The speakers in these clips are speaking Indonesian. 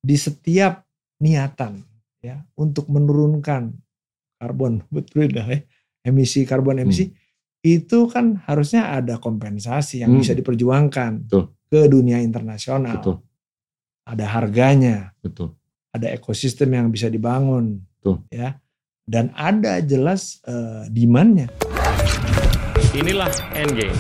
di setiap niatan ya untuk menurunkan karbon emisi karbon itu kan harusnya ada kompensasi yang bisa diperjuangkan ke dunia internasional. Betul. Ada harganya. Betul. Ada ekosistem yang bisa dibangun. Betul. Ya. Dan ada jelas demand-nya. Inilah Endgame.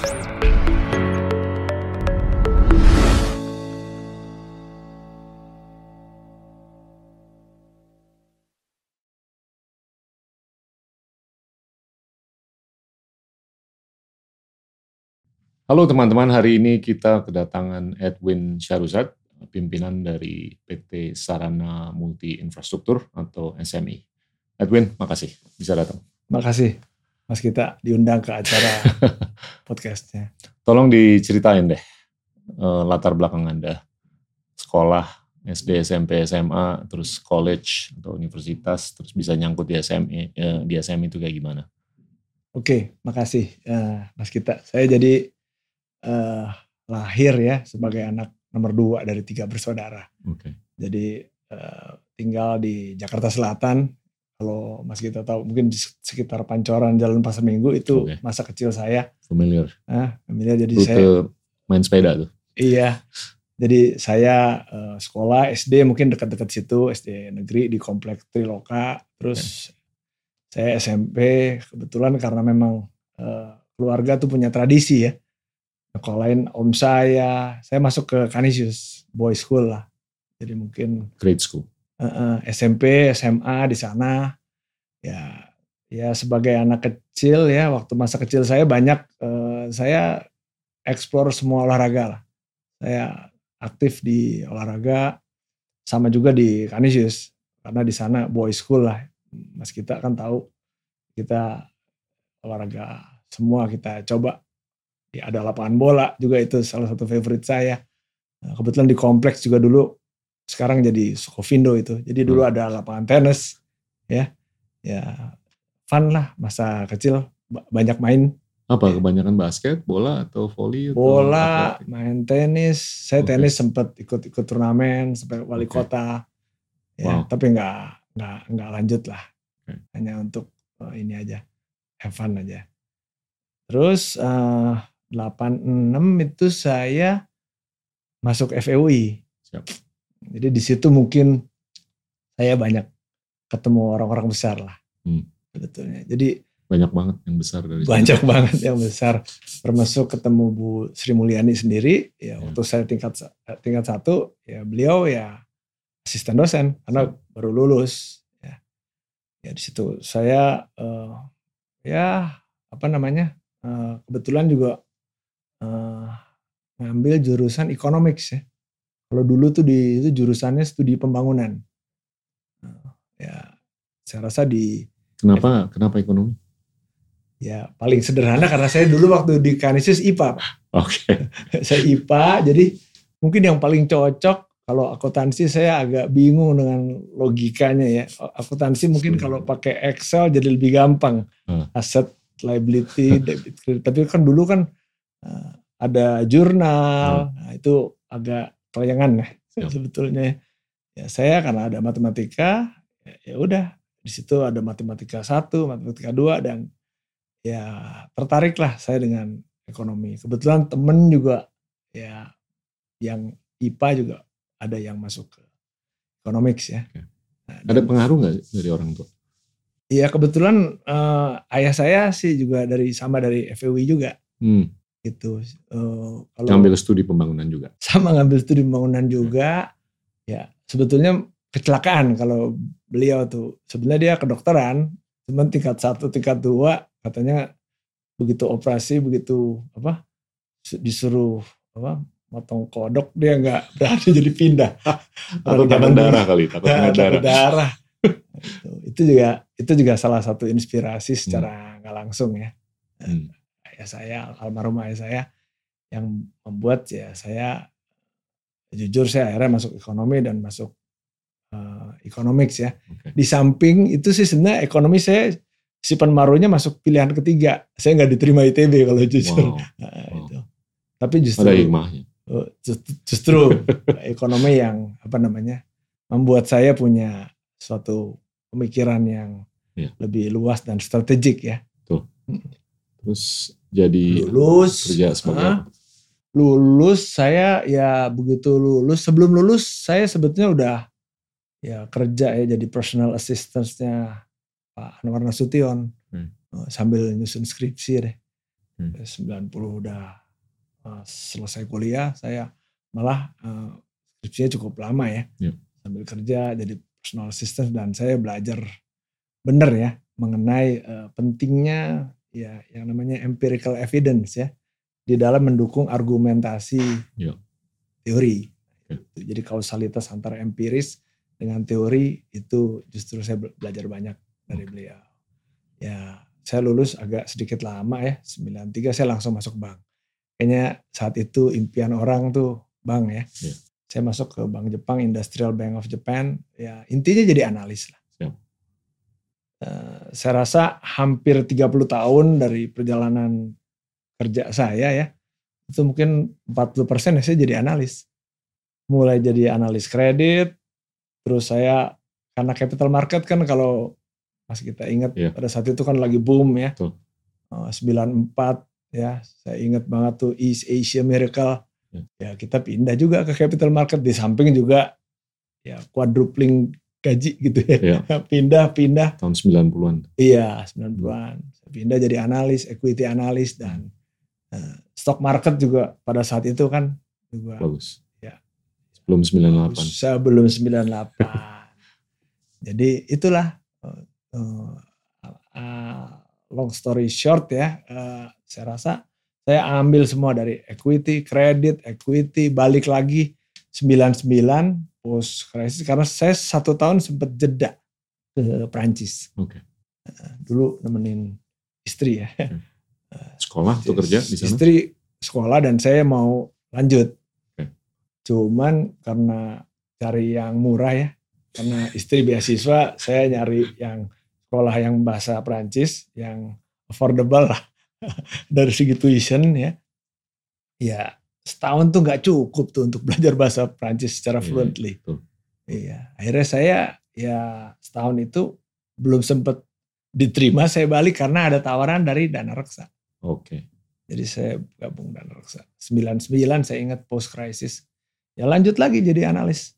Halo teman-teman, hari ini kita kedatangan Edwin Syaruzad, pimpinan dari PT Sarana Multi Infrastruktur atau SMI. Edwin, makasih bisa datang. Makasih Mas Gita diundang ke acara podcastnya. Tolong diceritain deh latar belakang Anda. Sekolah, SD, SMP, SMA, terus college atau universitas, terus bisa nyangkut di SMI itu kayak gimana? Oke, makasih Mas Gita. Saya jadi lahir ya sebagai anak nomor 2 dari 3 bersaudara. Okay. Jadi tinggal di Jakarta Selatan. Kalau Mas Gita tahu mungkin di sekitar Pancoran Jalan Pasar Minggu itu masa kecil saya. Familiar. Familiar. Jadi rute saya main sepeda tuh. Iya. Jadi saya sekolah SD mungkin dekat-dekat situ, SD negeri di Komplek Triloka. Terus saya SMP kebetulan karena memang keluarga tuh punya tradisi ya. Sekolahin om saya masuk ke Canisius Boys School lah. Jadi mungkin grade school. SMP, SMA di sana. Ya sebagai anak kecil ya, waktu masa kecil saya banyak saya explore semua olahraga lah. Saya aktif di olahraga sama juga di Canisius karena di sana boys school lah. Mas kita kan tahu kita olahraga semua kita coba. Ya, ada lapangan bola juga itu salah satu favorit saya. Kebetulan di kompleks juga dulu sekarang jadi Sukovindo itu. Jadi dulu ada lapangan tenis ya fun lah masa kecil banyak main. Apa kebanyakan basket, bola atau volley? Bola, main tenis. Saya tenis sempat ikut turnamen sampai wali kota. Ya, tapi nggak lanjut lah. Hanya untuk ini aja, have fun aja. Terus 86 itu saya masuk FEUI. Siap. Jadi di situ mungkin saya banyak ketemu orang-orang besar lah. Sebetulnya. Jadi banyak banget yang besar dari banyak sana. Banget yang besar. Termasuk ketemu Bu Sri Mulyani sendiri. Ya waktu saya tingkat 1 ya beliau ya asisten dosen karena baru lulus. Ya di situ saya kebetulan juga ngambil jurusan economics ya. Kalau dulu tuh itu jurusannya studi pembangunan. Ya, saya rasa Kenapa ekonomi? Ya paling sederhana karena saya dulu waktu di Canisius IPA, Pak. Oke. Saya IPA, jadi mungkin yang paling cocok kalau akuntansi saya agak bingung dengan logikanya ya. Akuntansi mungkin kalau pakai Excel jadi lebih gampang. Asset, liability, debit, credit. Tapi kan dulu kan ada jurnal, nah itu agak kelayangan ya sebetulnya. Ya saya karena ada matematika, ya udah di situ ada matematika 1, matematika 2 dan ya tertariklah saya dengan ekonomi. Kebetulan temen juga ya yang IPA juga ada yang masuk ke economics ya. Nah, ada pengaruh nggak dari orang tua? Iya kebetulan ayah saya sih juga dari FEUI juga. Gitu. Kalau ngambil studi pembangunan juga. Sama ngambil studi pembangunan juga. Ya sebetulnya kecelakaan kalau beliau tuh. Sebenarnya dia kedokteran, cuman tingkat 1, tingkat 2 katanya begitu operasi disuruh motong kodok dia nggak berani jadi pindah. Takut darah kali, takut darah. Itu juga salah satu inspirasi secara nggak langsung ya. Almarhum ayah saya yang membuat ya saya jujur saya akhirnya masuk ekonomi dan masuk economics ya. Di samping itu sih sebenarnya ekonomi saya si penmarunya masuk pilihan ketiga. Saya nggak diterima ITB kalau jujur. Wow. Itu. Tapi justru ada hikmahnya. Justru ekonomi yang membuat saya punya suatu pemikiran yang lebih luas dan strategik ya. Tuh. Terus jadi kerja sebagai apa? Lulus saya ya begitu lulus. Sebelum lulus saya sebetulnya udah ya kerja ya jadi personal assistant-nya Pak Anwar Nasution sambil nyusun skripsi deh. 90 udah selesai kuliah, saya malah skripsinya cukup lama ya. Sambil kerja jadi personal assistant dan saya belajar bener ya mengenai pentingnya ya yang namanya empirical evidence ya di dalam mendukung argumentasi teori. Jadi kausalitas antara empiris dengan teori itu justru saya belajar banyak dari beliau. Ya saya lulus agak sedikit lama ya, 93 saya langsung masuk bank. Kayaknya saat itu impian orang tuh bank ya. Saya masuk ke Bank Jepang, Industrial Bank of Japan. Ya intinya jadi analis lah. Saya rasa hampir 30 tahun dari perjalanan kerja saya ya, itu mungkin 40% ya saya jadi analis. Mulai jadi analis kredit, terus saya karena capital market kan kalau masih kita ingat pada saat itu kan lagi boom ya. 94 ya, saya ingat banget tuh East Asia Miracle. Ya kita pindah juga ke capital market di samping juga ya quadrupling gaji gitu ya. Pindah tahun 90-an. Iya, 90-an. Saya pindah jadi analis, equity analis dan stock market juga pada saat itu kan juga bagus. Ya. Sebelum 98. Sebelum 98. Jadi itulah long story short ya, saya rasa saya ambil semua dari equity, kredit, equity, balik lagi 99 post crisis karena saya 1 tahun sempat jeda ke Prancis. Dulu nemenin istri ya. Sekolah atau kerja di sana? Istri sekolah dan saya mau lanjut. Cuman karena cari yang murah ya, karena istri beasiswa, saya nyari yang sekolah yang bahasa Prancis, yang affordable lah dari segi tuition ya. Ya setahun tuh nggak cukup tuh untuk belajar bahasa Prancis secara fluently. Iya, akhirnya saya ya setahun itu belum sempat diterima, saya balik karena ada tawaran dari Dana Reksa. Jadi saya gabung Dana Reksa. 99 saya ingat post crisis. Ya lanjut lagi jadi analis.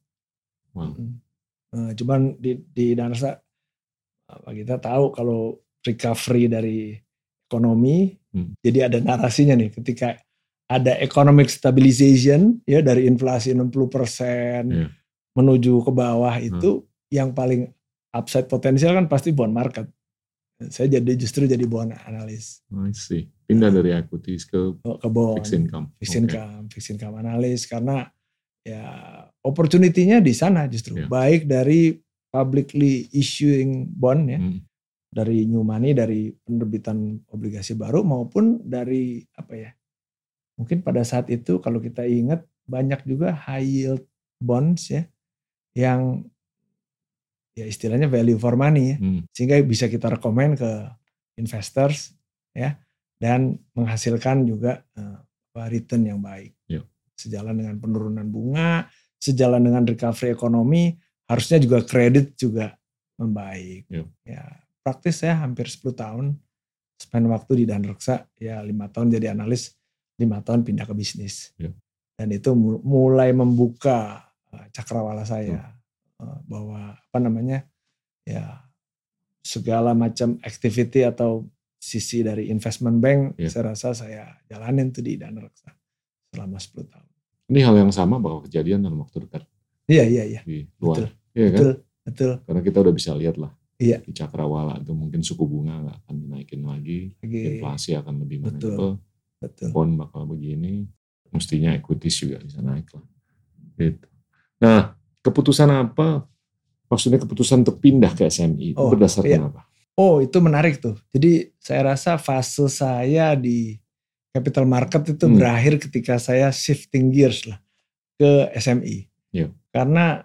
Cuman di Dana Reksa kita tahu kalau recovery dari ekonomi, jadi ada narasinya nih ketika ada economic stabilization ya dari inflasi 60% menuju ke bawah itu yang paling upside potensial kan pasti bond market. Saya justru jadi bond analis. I see. Pindah dari equities ke bond, fixed income. Fixed income analis karena ya opportunity-nya di sana justru. Baik dari publicly issuing bond ya. Dari new money, dari penerbitan obligasi baru maupun dari apa ya. Mungkin pada saat itu kalau kita ingat banyak juga high yield bonds ya yang ya istilahnya value for money ya. Sehingga bisa kita rekomend ke investors ya dan menghasilkan juga return yang baik. Sejalan dengan penurunan bunga, sejalan dengan recovery ekonomi, harusnya juga kredit juga membaik. Ya, praktis saya hampir 10 tahun spend waktu di Dana Reksa, ya 5 tahun jadi analis, 5 tahun pindah ke bisnis. Dan itu mulai membuka cakrawala saya bahwa ya segala macam activity atau sisi dari investment bank saya rasa saya jalanin tuh di Dana Reksa selama 10 tahun. Ini hal yang sama bakal kejadian dalam waktu dekat. Iya. Di luar. Betul. Karena kita udah bisa lihat lah. Iya. Di cakrawala itu mungkin suku bunga gak akan dinaikin lagi. Inflasi akan lebih manageable. Betul. Bond bakal begini. Mestinya equities juga bisa naik lah. Gitu. Nah, keputusan apa? Maksudnya keputusan untuk pindah ke SMI itu berdasarkan apa? Itu menarik tuh. Jadi saya rasa fase saya di capital market itu berakhir ketika saya shifting gears lah ke SMI. Karena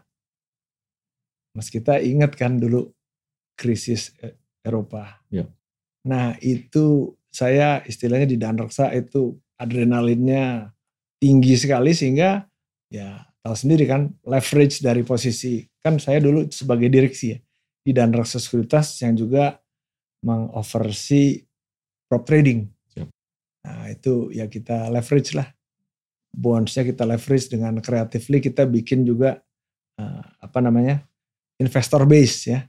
Mas kita ingat kan dulu krisis Eropa. Nah itu saya istilahnya di Dana Reksa itu adrenalinnya tinggi sekali sehingga ya tahu sendiri kan leverage dari posisi, kan saya dulu sebagai direksi ya di Danrek Sekuritas yang juga mengoversee prop trading. Siap. Nah itu ya kita leverage lah, bondsnya kita leverage dengan creatively, kita bikin juga investor base ya,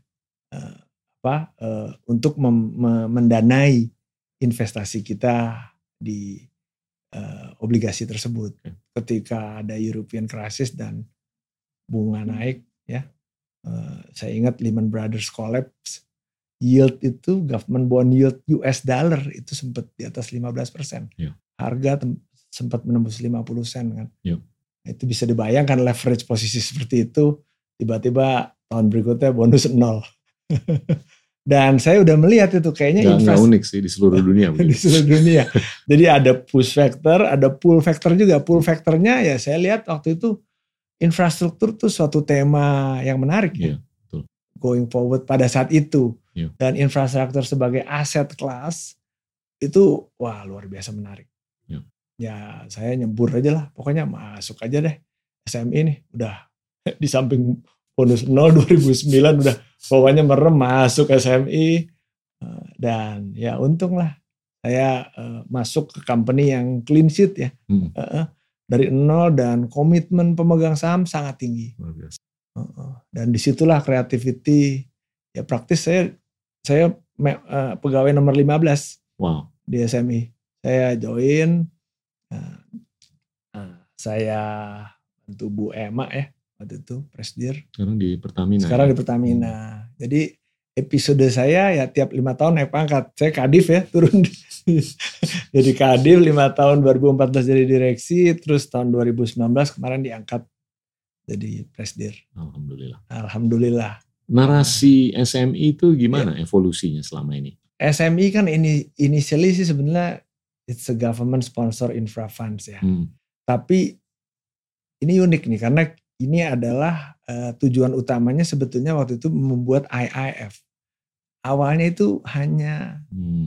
untuk mendanai investasi kita di obligasi tersebut. Ketika ada European crisis dan bunga naik ya, saya ingat Lehman Brothers collapse, yield itu government bond yield US dollar itu sempat di atas 15%. Yeah. Harga sempat menembus 50 sen kan. Yeah. Itu bisa dibayangkan leverage posisi seperti itu, tiba-tiba tahun berikutnya bonus 0. Dan saya udah melihat itu kayaknya nggak unik sih di seluruh dunia. Di seluruh dunia. Jadi ada push factor, ada pull factor juga. Pull factornya ya saya lihat waktu itu infrastruktur tuh suatu tema yang menarik ya. Betul. Going forward pada saat itu. Yeah. Dan infrastruktur sebagai aset kelas itu wah luar biasa menarik. Yeah. Ya saya nyebur aja lah. Pokoknya masuk aja deh. SMI nih udah di samping bonus 0 2009 udah pokoknya merem masuk SMI, dan ya untung lah saya masuk ke company yang clean sheet ya, dari 0 dan komitmen pemegang saham sangat tinggi. Dan disitulah creativity ya, praktis saya pegawai nomor 15 di SMI. Saya join, saya bantu Bu Ema ya waktu itu Presdir. Sekarang di Pertamina. Di Pertamina. Jadi episode saya ya tiap 5 tahun naik pangkat. Saya Kadif ya, turun. Jadi Kadif 5 tahun, 2014 jadi direksi, terus tahun 2019 kemarin diangkat jadi Presdir. Alhamdulillah. Narasi SMI itu gimana evolusinya selama ini? SMI kan initially sih sebenarnya it's a government sponsor infra funds ya. Tapi ini unik nih karena ini adalah tujuan utamanya sebetulnya waktu itu membuat IIF. Awalnya itu hanya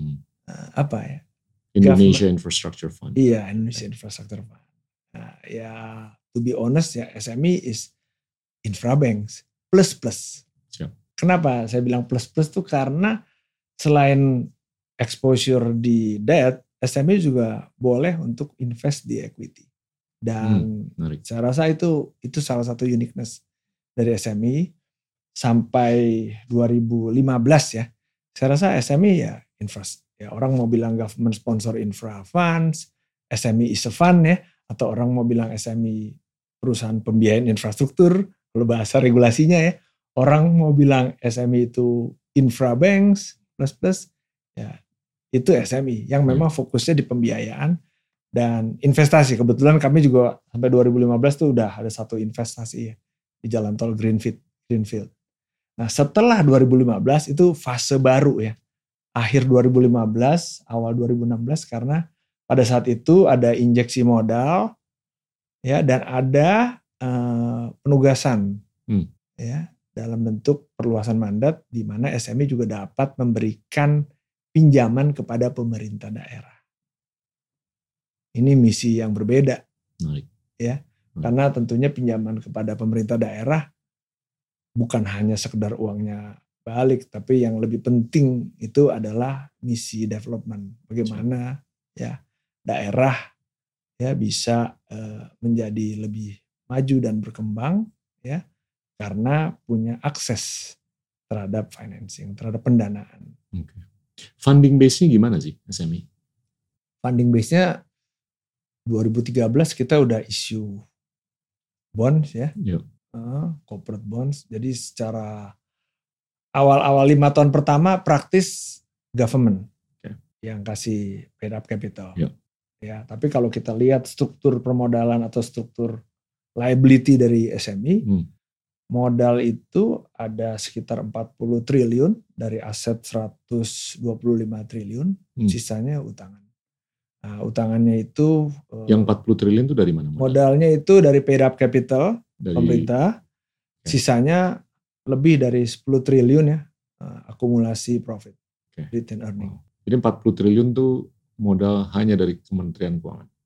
Indonesia Infrastructure Fund. Iya, Indonesia Infrastructure Fund. Nah, ya to be honest ya SMI is infra banks plus. Siap. Kenapa saya bilang plus tuh karena selain exposure di debt, SMI juga boleh untuk invest di equity. Dan saya rasa itu salah satu uniqueness dari SMI sampai 2015 ya. Saya rasa SMI ya orang mau bilang government sponsor infra funds, SMI is a fund ya, atau orang mau bilang SMI perusahaan pembiayaan infrastruktur, kalau bahasa regulasinya ya. Orang mau bilang SMI itu infra banks plus ya itu SMI yang memang fokusnya di pembiayaan dan investasi. Kebetulan kami juga sampai 2015 tuh udah ada satu investasi ya di jalan tol Greenfield. Nah setelah 2015 itu fase baru ya. Akhir 2015, awal 2016 karena pada saat itu ada injeksi modal ya dan ada penugasan ya dalam bentuk perluasan mandat di mana SMI juga dapat memberikan pinjaman kepada pemerintah daerah. Ini misi yang berbeda, ya, karena tentunya pinjaman kepada pemerintah daerah bukan hanya sekedar uangnya balik, tapi yang lebih penting itu adalah misi development. Bagaimana ya daerah ya bisa menjadi lebih maju dan berkembang, ya, karena punya akses terhadap financing, terhadap pendanaan. Funding base-nya gimana sih SMI? Funding base-nya 2013 kita udah issue bonds ya, corporate bonds. Jadi secara awal-awal 5 tahun pertama praktis government yang kasih paid up capital. Ya, tapi kalau kita lihat struktur permodalan atau struktur liability dari SMI, modal itu ada sekitar 40 triliun dari aset 125 triliun, sisanya utangan. Nah, utangannya itu yang 40 triliun itu dari mana? Modalnya itu dari paid up capital dari pemerintah, sisanya lebih dari 10 triliun ya akumulasi profit, return earning. Jadi 40 triliun tuh modal hanya dari Kementerian Keuangan?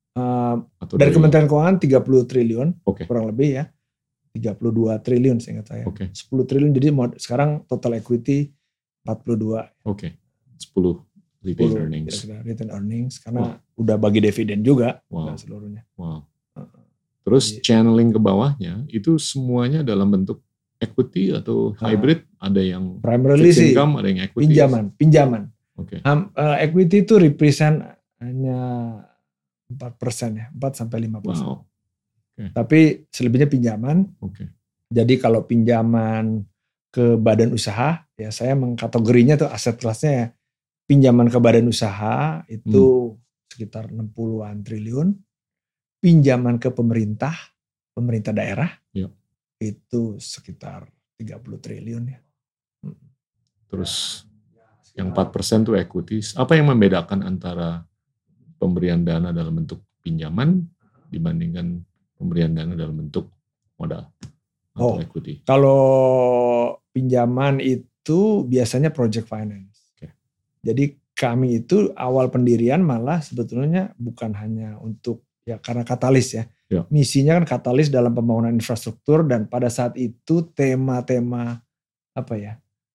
Atau dari Kementerian Keuangan 30 triliun, Oke. kurang lebih ya. 32 triliun seingat saya. Oke. 10 triliun, jadi sekarang total equity 42. Oke. 10 retained 10 earnings. kira-kira retained earnings, karena udah bagi dividen juga. Wow. Gak seluruhnya. Wow. Terus channeling ke bawahnya itu semuanya dalam bentuk equity atau hybrid? Ada yang Primarily fixed sih income, ada yang equity. pinjaman. Oke. Equity itu represent hanya 4% ya, 4-5%. Wow. Tapi selebihnya pinjaman. Oke. Jadi kalau pinjaman ke badan usaha, ya saya mengkategorinya tuh aset kelasnya ya, pinjaman ke badan usaha itu sekitar 60-an triliun. Pinjaman ke pemerintah daerah, itu sekitar 30 triliun ya. Terus yang 4% tuh equities. Apa yang membedakan antara pemberian dana dalam bentuk pinjaman dibandingkan pemberian dana dalam bentuk modal atau equity? Kalau pinjaman itu biasanya project finance. Okay. Jadi kami itu awal pendirian malah sebetulnya bukan hanya untuk ya karena katalis ya. Misinya kan katalis dalam pembangunan infrastruktur, dan pada saat itu tema-tema apa ya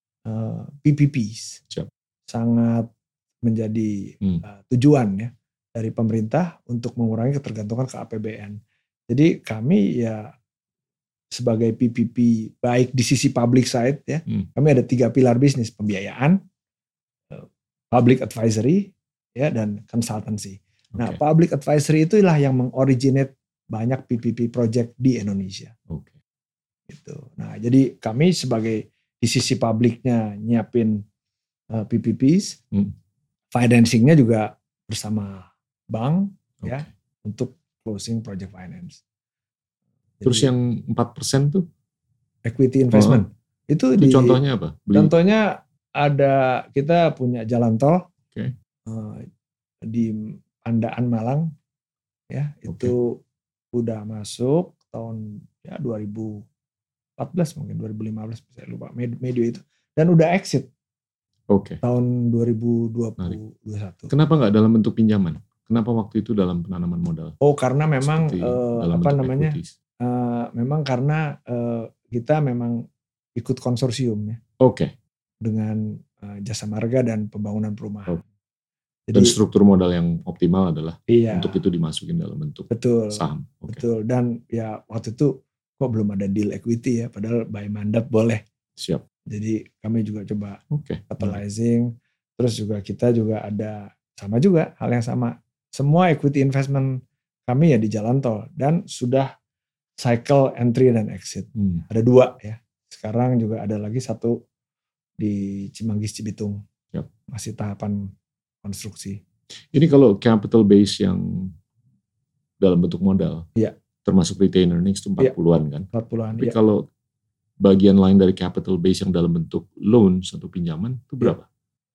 PPPs sangat menjadi tujuan ya dari pemerintah untuk mengurangi ketergantungan ke APBN. Jadi kami ya sebagai PPP baik di sisi public side ya, kami ada 3 pilar bisnis: pembiayaan, public advisory ya, dan consultancy. Nah, public advisory itulah yang mengoriginate banyak PPP project di Indonesia. Gitu. Nah, jadi kami sebagai di sisi publiknya nyiapin PPPs, financingnya juga bersama bank ya untuk closing project finance. Terus yang 4% tuh? Equity investment. Itu contohnya apa? Contohnya ada, kita punya jalan tol di Pandaan Malang ya, itu udah masuk tahun ya 2014 mungkin 2015 saya lupa medio itu, dan udah exit tahun 2021. Kenapa nggak dalam bentuk pinjaman? Kenapa waktu itu dalam penanaman modal? Karena memang memang karena kita memang ikut konsorsium ya. Dengan Jasa Marga dan Pembangunan Perumahan. Dan struktur modal yang optimal adalah untuk itu dimasukin dalam bentuk saham. Betul. Dan ya waktu itu kok belum ada deal equity ya, padahal by mandat boleh. Siap. Jadi kami juga coba capitalizing. Terus juga kita juga ada sama juga hal yang sama. Semua equity investment kami ya di jalan tol, dan sudah cycle entry dan exit. Ada 2 ya. Sekarang juga ada lagi 1 di Cimanggis Cibitung. Masih tahapan konstruksi. Ini kalau capital base yang dalam bentuk modal, termasuk retained earnings itu 40-an kan? 40-an. Tapi kalau bagian lain dari capital base yang dalam bentuk loan atau pinjaman itu berapa?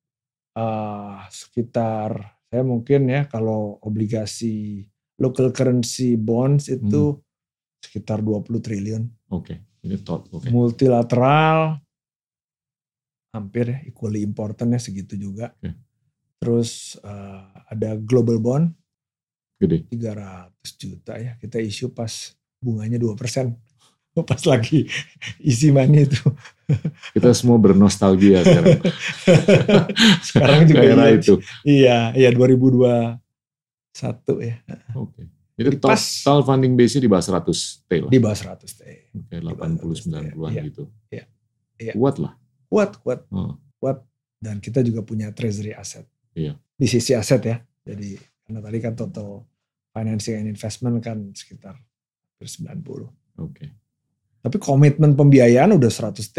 Sekitar saya mungkin ya kalau obligasi local currency bonds itu sekitar 20 triliun. Ini Multilateral hampir ya equally important ya segitu juga. Terus ada global bond gede 300 juta ya, kita issue pas bunganya 2%. Pas lagi easy money itu. Kita semua bernostalgia sekarang. Sekarang juga era itu. Iya 2021 ya. Jadi total funding base-nya di bawah 100 T lah. Di bawah 100 T. 80-90-an gitu. Iya. Kuat lah. Kuat. Dan kita juga punya treasury asset. Di sisi aset ya. Jadi karena tadi kan total financing and investment kan sekitar 90. Tapi komitmen pembiayaan udah 100 T.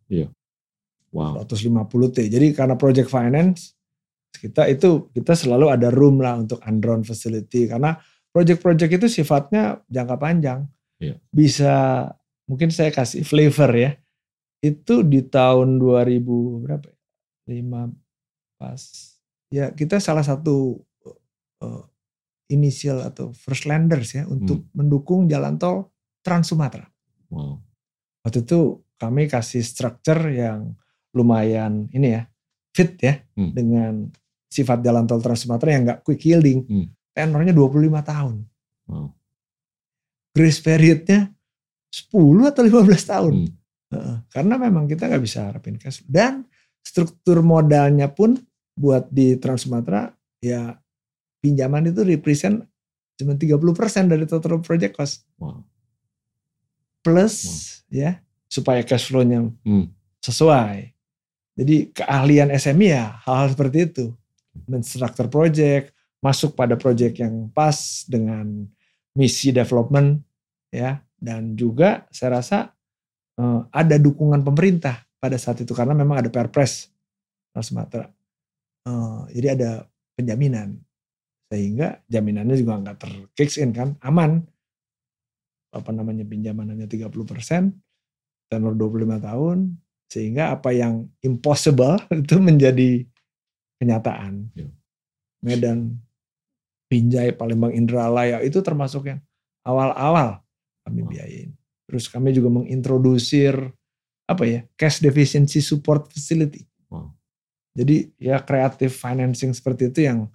150 T. Jadi karena project finance kita selalu ada room lah untuk undrawn facility, karena project-project itu sifatnya jangka panjang. Bisa, mungkin saya kasih flavor ya. Itu di tahun 2000 berapa ya? 5 pas. Ya kita salah satu initial atau first lenders ya untuk mendukung jalan tol Trans Sumatera. Waktu itu kami kasih structure yang lumayan ini ya, fit ya dengan sifat jalan tol Trans Sumatera yang gak quick yielding. Tenornya 25 tahun. Wow. Grace periodnya 10 atau 15 tahun. Hmm. Karena memang kita nggak bisa harapin cash flow. Dan struktur modalnya pun buat di Trans Sumatera ya pinjaman itu represent cuma 30% dari total project cost. Wow. Plus ya supaya cash flow-nya sesuai. Jadi keahlian SME ya hal-hal seperti itu. Men-structure project, masuk pada project yang pas dengan misi development ya, dan juga saya rasa ada dukungan pemerintah pada saat itu karena memang ada Perpres Trans Sumatera. Jadi ada penjaminan sehingga jaminannya juga nggak ter-kicks in kan, aman. Pinjamannya 30%, tenor 25 tahun, sehingga apa yang impossible itu menjadi kenyataan. Medan, Binjai, Palembang, Indralaya itu termasuk yang awal-awal kami biayain. Terus kami juga mengintrodusir cash deficiency support facility. Jadi ya creative financing seperti itu yang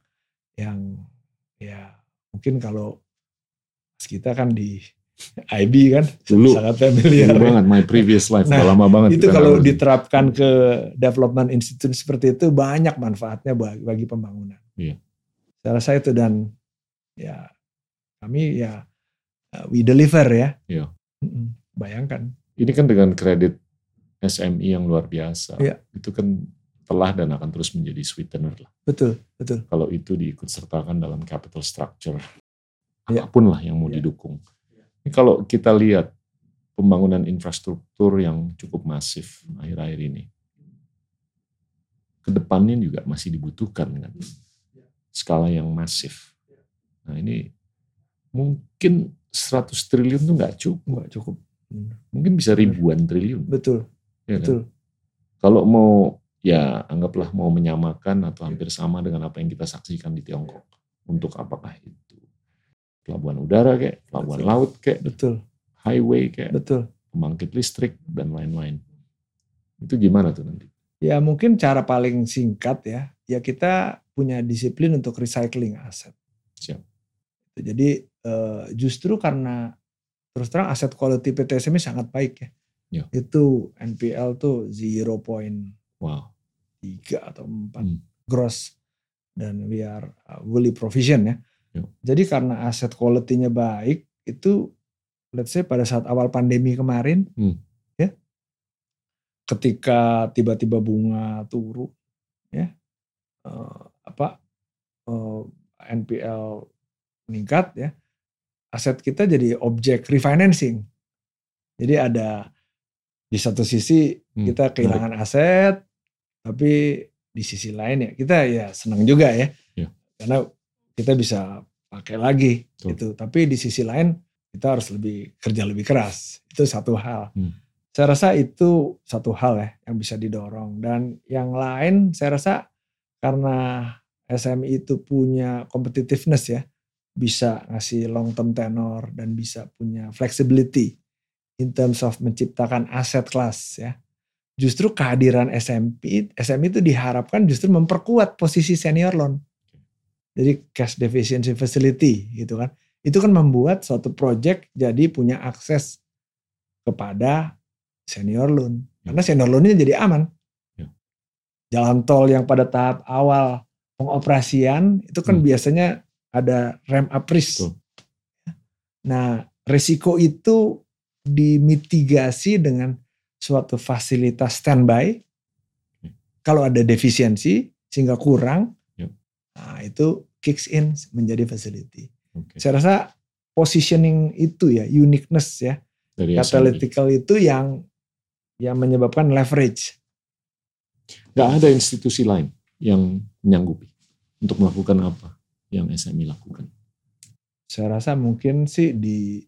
ya mungkin kalau kita kan di IB kan dulu sangat familiar. Dulu banget, my previous life, udah lama banget. Itu kalau diterapkan ke development institute seperti itu banyak manfaatnya bagi pembangunan. Iya. Saya rasa itu, dan ya kami ya we deliver ya. Iya. Bayangkan. Ini kan dengan kredit SME yang luar biasa. Iya. Itu kan telah dan akan terus menjadi sweetener lah. Betul. Kalau itu diikut sertakan dalam capital structure, iya, apapun lah yang mau didukung. Ini kalau kita lihat pembangunan infrastruktur yang cukup masif akhir-akhir ini, kedepannya juga masih dibutuhkan kan, skala yang masif. Nah ini mungkin 100 triliun tuh nggak cukup. Mungkin bisa ribuan triliun. Betul. Ya betul. Kan? Kalau mau ya anggaplah mau menyamakan atau hampir sama dengan apa yang kita saksikan di Tiongkok. Untuk apakah itu pelabuhan udara kayak, pelabuhan laut kayak, betul, highway kayak, betul, pembangkit listrik dan lain-lain. Itu gimana tuh nanti? Ya mungkin cara paling singkat ya kita punya disiplin untuk recycling aset. Siap. Jadi justru karena terus terang aset quality PT SME sangat baik ya. Ya. Itu NPL tuh 0.3 atau 4 gross, dan we are fully provision ya. Jadi karena aset quality-nya baik, itu let's say pada saat awal pandemi kemarin, ya, ketika tiba-tiba bunga turun, ya, NPL meningkat, ya, aset kita jadi objek refinancing. Jadi ada di satu sisi kita kehilangan aset, tapi di sisi lain ya kita ya senang juga ya, karena kita bisa pakai lagi gitu. Tapi di sisi lain kita harus kerja lebih keras. Itu satu hal. Saya rasa itu satu hal ya yang bisa didorong. Dan yang lain saya rasa karena SME itu punya competitiveness ya, bisa ngasih long term tenor dan bisa punya flexibility in terms of menciptakan aset class ya. Justru kehadiran SME itu diharapkan justru memperkuat posisi senior loan. Jadi cash deficiency facility gitu kan. Itu kan membuat suatu project jadi punya akses kepada senior loan. Karena senior loan-nya jadi aman. Jalan tol yang pada tahap awal pengoperasian itu kan biasanya ada ramp up risk. Nah, risiko itu dimitigasi dengan suatu fasilitas standby. Kalau ada defisiensi sehingga kurang, nah itu kicks in menjadi facility. Saya rasa positioning itu ya, uniqueness ya, catalytical itu yang menyebabkan leverage. Gak ada institusi lain yang menyanggupi untuk melakukan apa yang SME lakukan. Saya rasa mungkin sih di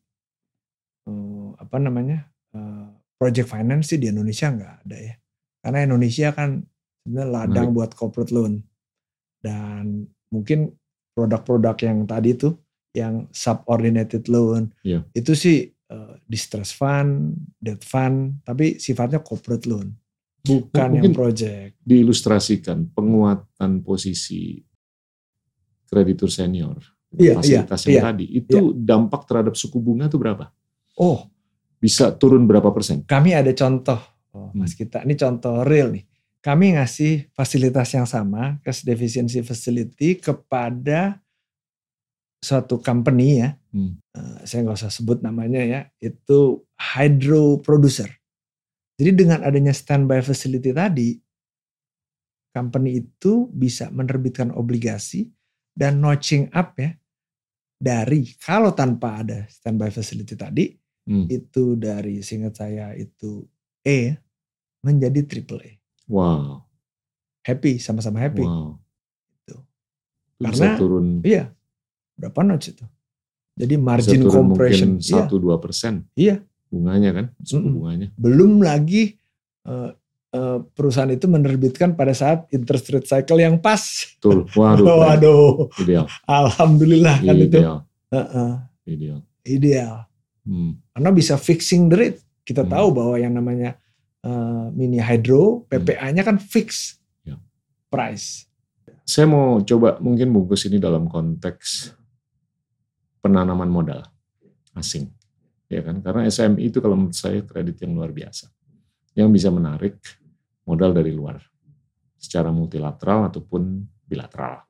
project finance sih di Indonesia nggak ada ya, karena Indonesia kan sebenarnya ladang buat corporate loan. Dan mungkin produk-produk yang tadi tuh, yang subordinated loan, itu sih distress fund, debt fund, tapi sifatnya corporate loan, bukan yang project. Diilustrasikan penguatan posisi kreditur senior fasilitas yang tadi. Itu dampak terhadap suku bunga itu berapa? Oh, bisa turun berapa persen? Kami ada contoh, Mas Gita. Ini contoh real nih. Kami ngasih fasilitas yang sama, cash deficiency facility kepada suatu company ya. Saya nggak usah sebut namanya ya. Itu hydro producer. Jadi dengan adanya standby facility tadi, company itu bisa menerbitkan obligasi dan notching up ya. Dari kalau tanpa ada standby facility tadi, itu dari seingat saya itu E menjadi triple E. Wow. Happy, sama-sama happy. Wow. Itu. Karena bisa turun. Iya. Berapa notch itu? Jadi margin compression. Mungkin 1-2%. Iya. Bunganya kan, suku bunganya. Belum lagi perusahaan itu menerbitkan pada saat interest rate cycle yang pas. Betul. Waduh. Ideal. Alhamdulillah kan Ideal. itu. Ideal. Karena bisa fixing the rate. Kita tahu bahwa yang namanya mini hydro, PPA-nya kan fix price. Saya mau coba mungkin bungkus ini dalam konteks penanaman modal asing. Ya kan? Karena SMI itu kalau menurut saya kredit yang luar biasa. Yang bisa menarik modal dari luar. Secara multilateral ataupun bilateral.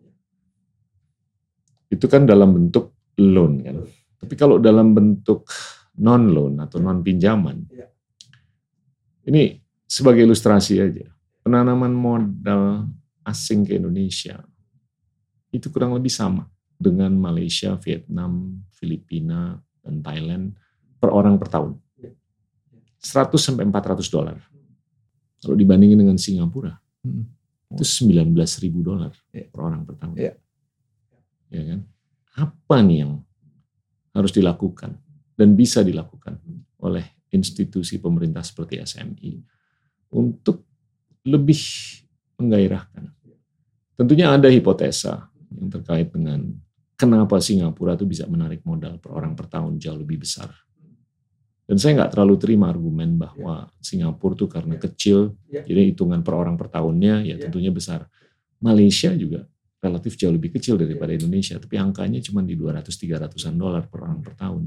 Itu kan dalam bentuk loan kan. Tapi kalau dalam bentuk non-loan atau non-pinjaman. Ini sebagai ilustrasi aja. Penanaman modal asing ke Indonesia. Itu kurang lebih sama. Dengan Malaysia, Vietnam, Filipina, dan Thailand. Per orang per tahun. 100 sampai $400. Kalau dibandingin dengan Singapura, itu $19.000 per orang per tahun. Ya kan? Apa nih yang harus dilakukan dan bisa dilakukan oleh institusi pemerintah seperti SMI untuk lebih menggairahkan? Tentunya ada hipotesa yang terkait dengan kenapa Singapura itu bisa menarik modal per orang per tahun jauh lebih besar. Dan saya nggak terlalu terima argumen bahwa Singapura tuh karena kecil, jadi hitungan per orang per tahunnya ya tentunya besar. Malaysia juga relatif jauh lebih kecil daripada Indonesia, tapi angkanya cuma di $200-300 per orang per tahun.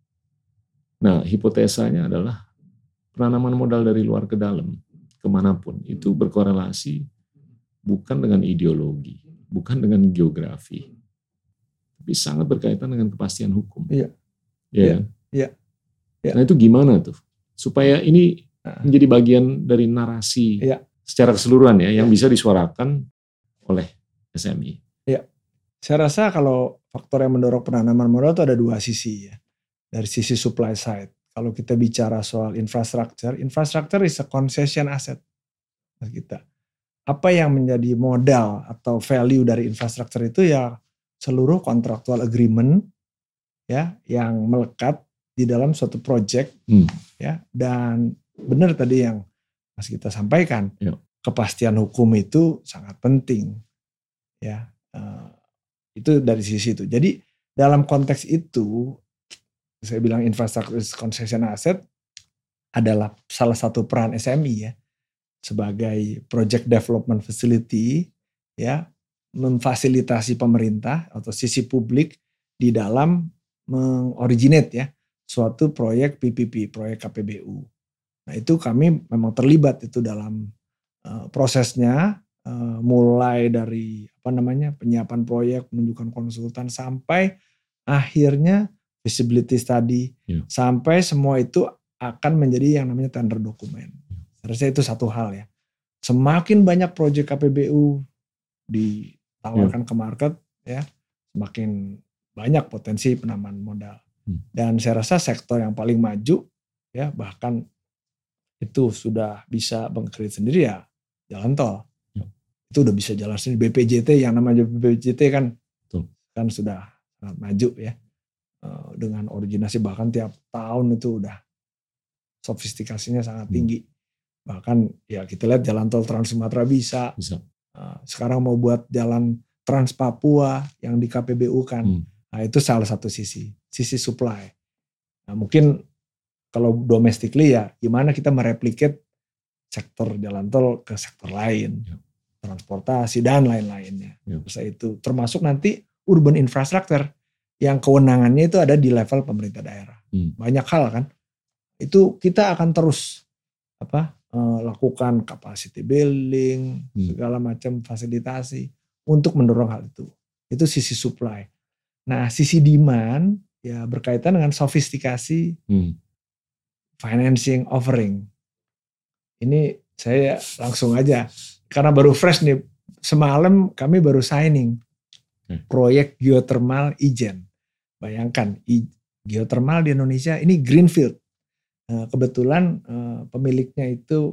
Nah, hipotesanya adalah penanaman modal dari luar ke dalam, kemanapun, itu berkorelasi bukan dengan ideologi, bukan dengan geografi, tapi sangat berkaitan dengan kepastian hukum. Iya. Nah itu gimana tuh supaya ini menjadi bagian dari narasi secara keseluruhan ya yang bisa disuarakan oleh SMI. Iya. Saya rasa kalau faktor yang mendorong penanaman modal itu ada dua sisi ya. Dari sisi supply side. Kalau kita bicara soal infrastructure is a concession asset. Kita. Apa yang menjadi modal atau value dari infrastructure itu ya seluruh contractual agreement ya yang melekat di dalam suatu project ya, dan benar tadi yang Mas Gita sampaikan, kepastian hukum itu sangat penting ya, itu dari sisi itu. Jadi dalam konteks itu saya bilang infrastructure concession asset adalah salah satu peran SMI ya sebagai project development facility ya, memfasilitasi pemerintah atau sisi publik di dalam mengoriginate ya suatu proyek PPP, proyek KPBU. Nah itu kami memang terlibat itu dalam prosesnya, mulai dari penyiapan proyek, menunjukkan konsultan sampai akhirnya feasibility study, sampai semua itu akan menjadi yang namanya tender dokumen. Saya itu satu hal ya. Semakin banyak proyek KPBU ditawarkan ke market ya, semakin banyak potensi penanaman modal. Dan saya rasa sektor yang paling maju ya bahkan itu sudah bisa bangkit sendiri ya jalan tol. Itu udah bisa jalan sendiri. BPJT yang namanya BPJT kan sudah sangat maju ya. Dengan originasi bahkan tiap tahun itu udah sofistikasinya sangat tinggi. Bahkan ya kita lihat jalan tol Trans Sumatera bisa. Sekarang mau buat jalan Trans Papua yang di KPBU kan. Nah itu salah satu sisi supply. Nah mungkin kalau domestically ya gimana kita mereplicate sektor jalan tol ke sektor lain. Transportasi dan lain-lainnya. Itu termasuk nanti urban infrastructure. yang kewenangannya itu ada di level pemerintah daerah. Banyak hal kan. Itu kita akan terus lakukan capacity building, segala macam fasilitasi untuk mendorong hal itu. Itu sisi supply. Nah, sisi demand ya berkaitan dengan sofistikasi financing offering. Ini saya langsung aja karena baru fresh nih, semalam kami baru signing proyek geothermal Ijen. Bayangkan geothermal di Indonesia ini greenfield. Kebetulan pemiliknya itu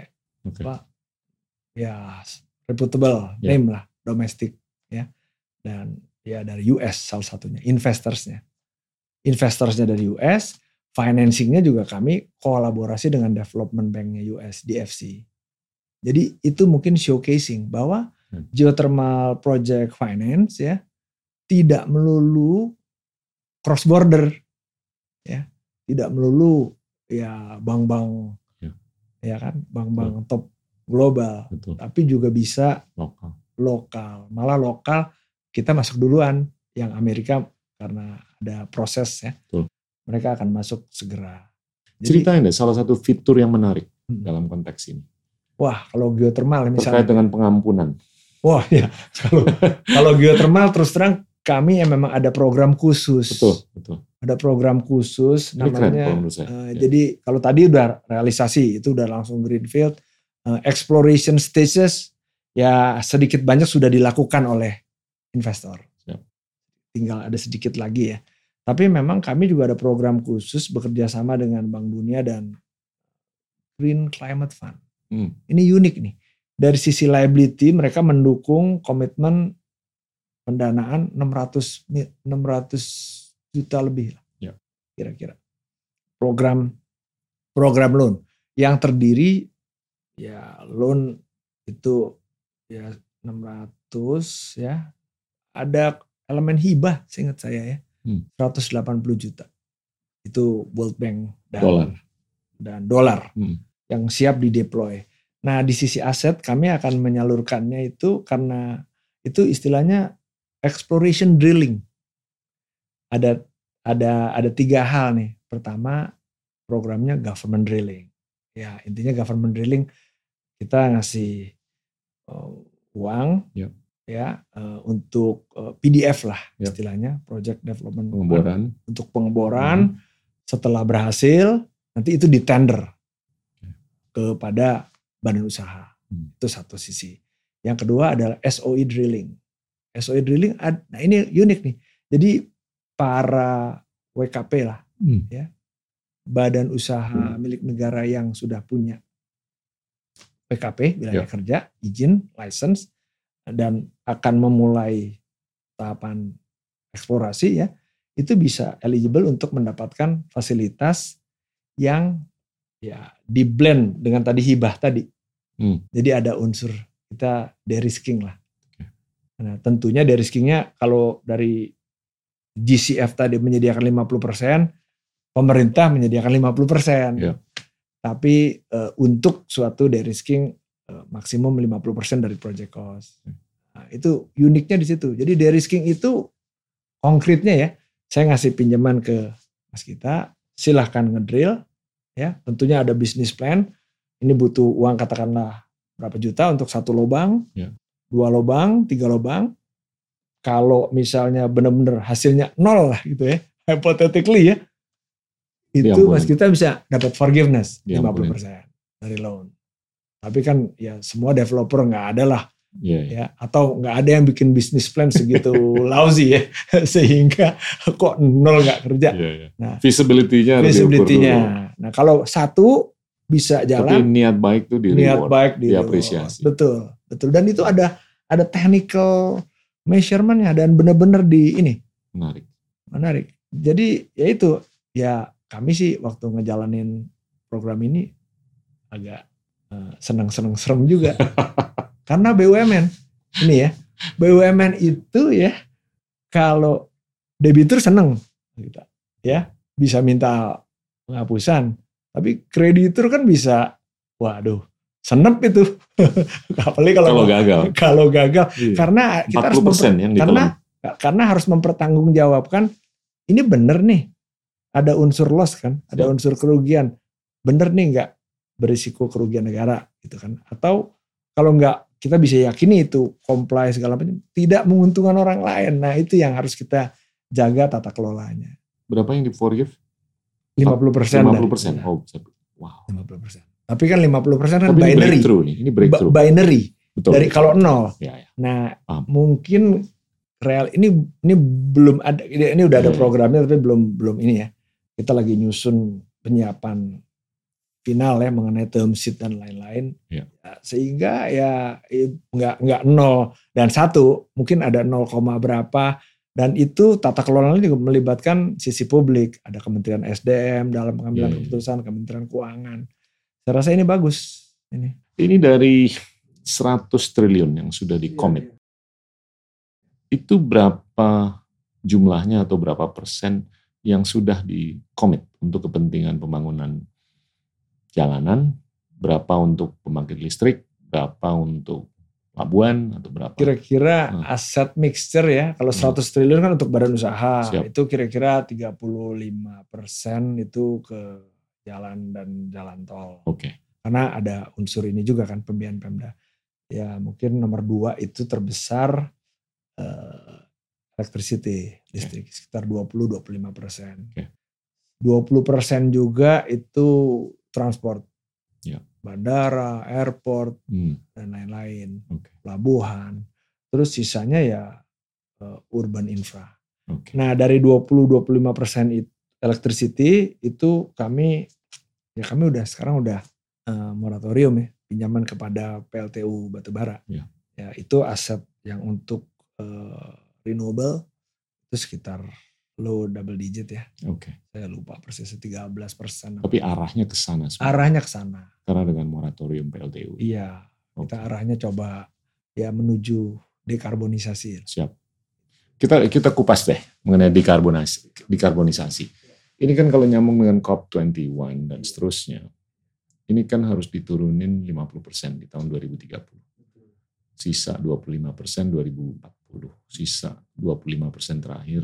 reputable name lah, domestik ya, dan ya dari US salah satunya investorsnya dari US, financingnya juga kami kolaborasi dengan development banknya US DFC. Jadi itu mungkin showcasing bahwa geothermal project finance ya tidak melulu cross border ya, tidak melulu ya bank-bank ya kan, bank-bank top global. Betul. Tapi juga bisa lokal. Malah lokal kita masuk duluan, yang Amerika karena ada proses ya. Betul. Mereka akan masuk segera. Jadi, ceritain deh salah satu fitur yang menarik dalam konteks ini. Wah, kalau geothermal misalnya terkait dengan pengampunan. Wah ya, kalau geothermal terus terang kami yang memang ada program khusus. Betul. Ada program khusus ini namanya. Keren, jadi kalau tadi udah realisasi, itu udah langsung greenfield. Exploration stages ya sedikit banyak sudah dilakukan oleh investor. Tinggal ada sedikit lagi ya. Tapi memang kami juga ada program khusus bekerja sama dengan Bank Dunia dan Green Climate Fund. Ini unik nih. Dari sisi liability mereka mendukung komitmen pendanaan 600 juta lebih lah. Kira-kira. Program loan yang terdiri ya loan itu ya 600 ya. Ada elemen hibah seingat saya ya. 180 juta. Itu World Bank dan dolar yang siap dideploy. Nah, di sisi aset kami akan menyalurkannya itu karena itu istilahnya exploration drilling. Ada 3 hal nih. Pertama, programnya government drilling. Ya, intinya government drilling kita ngasih uang ya untuk PDF lah istilahnya, project development untuk pengeboran. Setelah berhasil nanti itu ditender kepada badan usaha. Itu satu sisi. Yang kedua adalah SOE drilling. SOE drilling, nah ini unik nih. Jadi para WKP lah, ya, badan usaha milik negara yang sudah punya PKP, wilayah kerja, izin, license, dan akan memulai tahapan eksplorasi ya, itu bisa eligible untuk mendapatkan fasilitas yang ya di blend dengan tadi hibah tadi. Jadi ada unsur kita de-risking lah. Nah, tentunya de-riskingnya kalau dari GCF tadi menyediakan 50%, pemerintah menyediakan 50%. Tapi untuk suatu de-risking maksimum 50% dari project cost. Nah, itu uniknya di situ. Jadi de-risking itu konkretnya ya, saya ngasih pinjaman ke Mas Gita, silahkan ngedrill, ya tentunya ada bisnis plan. Ini butuh uang katakanlah berapa juta untuk 1 lubang, 2 lubang, 3 lubang. Kalau misalnya benar-benar hasilnya 0 lah gitu ya, hypothetically ya, itu Mas Gita bisa dapat forgiveness 50% dari loan. Tapi kan ya semua developer nggak ada lah, ya, atau nggak ada yang bikin bisnis plan segitu lousy ya, sehingga kok 0 nggak kerja. Nah, visibility-nya. Nah, kalau 1 bisa jalan. Tapi niat baik tuh diapresiasi. Betul. Dan itu ada technical measurement-nya dan benar-benar di ini. Menarik. Jadi ya itu ya kami sih waktu ngejalanin program ini agak seneng-serem juga. Karena BUMN ini ya, BUMN itu ya kalau debitur seneng gitu, ya bisa minta penghapusan, tapi kreditur kan bisa, waduh, senep itu. Apalagi kalau gagal. Karena kita 40% harus Karena harus mempertanggungjawabkan, ini bener nih, ada unsur loss kan, ada unsur kerugian. Bener nih nggak berisiko kerugian negara gitu kan. Atau kalau nggak, kita bisa yakini itu comply segala macam, tidak menguntungkan orang lain. Nah itu yang harus kita jaga tata kelolanya. Berapa yang di forgive? 50%. 50%. Oh, wow. 50%. Tapi kan 50% kan Tapi binary. Ini breakthrough nih. Ini breakthrough. Binary. Betul. Dari kalau 0. Ya. Nah, mungkin real ini belum ada, ini udah ada programnya tapi belum ini ya. Kita lagi nyusun penyiapan final ya mengenai term sheet dan lain-lain. Ya. Sehingga ya nggak 0 dan 1, mungkin ada 0, berapa. Dan itu tata kelolanya juga melibatkan sisi publik. Ada Kementerian SDM dalam pengambilan keputusan, Kementerian Keuangan. Saya rasa ini bagus. Ini dari 100 triliun yang sudah dikomit. Itu berapa jumlahnya atau berapa persen yang sudah dikomit untuk kepentingan pembangunan jalanan, berapa untuk pembangkit listrik, berapa untuk pelabuhan, atau berapa? Kira-kira aset mixture ya, kalau 100 triliun kan untuk badan usaha. Siap. Itu kira-kira 35% itu ke jalan dan jalan tol. Oke. Karena ada unsur ini juga kan, pembiayaan Pemda. Ya mungkin nomor 2 itu terbesar electricity, listrik, sekitar 20-25%. 20% juga itu transport. Bandara, airport, dan lain-lain. Pelabuhan. Terus sisanya ya urban infra. Nah dari 20-25% electricity itu kami udah sekarang udah moratorium ya, pinjaman kepada PLTU Batubara. Ya itu aset yang untuk renewable itu sekitar low double digit ya. Saya lupa persisnya 13%. Tapi arahnya ke sana. Arahnya ke sana. Karena dengan moratorium PLTU. Iya. Kita arahnya coba ya menuju dekarbonisasi. Siap. Kita kupas deh mengenai dekarbonisasi. Ini kan kalau nyambung dengan COP21 dan seterusnya. Ini kan harus diturunin 50% di tahun 2030. Sisa 25% 2040. Sisa 25% terakhir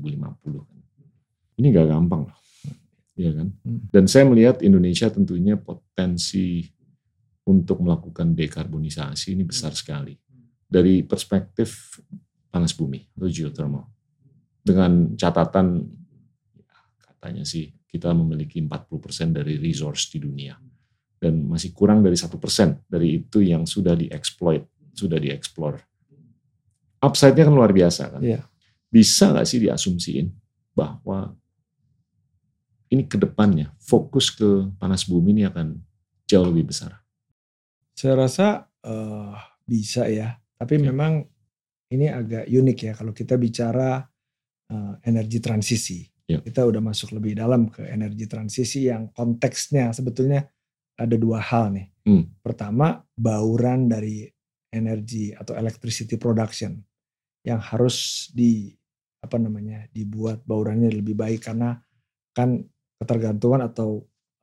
2050. Ini gak gampang loh. Iya kan? Dan saya melihat Indonesia tentunya potensi untuk melakukan dekarbonisasi ini besar sekali. Dari perspektif panas bumi atau geothermal. Dengan catatan katanya sih kita memiliki 40% dari resource di dunia. Dan masih kurang dari 1% dari itu yang sudah dieksploit, sudah dieksplor. Upside-nya kan luar biasa kan. Bisa gak sih diasumsiin bahwa ini ke depannya fokus ke panas bumi ini akan jauh lebih besar? Saya rasa bisa ya. Tapi memang ini agak unik ya kalau kita bicara energi transisi. Kita udah masuk lebih dalam ke energi transisi yang konteksnya sebetulnya ada 2 hal nih. Pertama, bauran dari energi atau electricity production yang harus dibuat baurannya lebih baik karena kan ketergantungan atau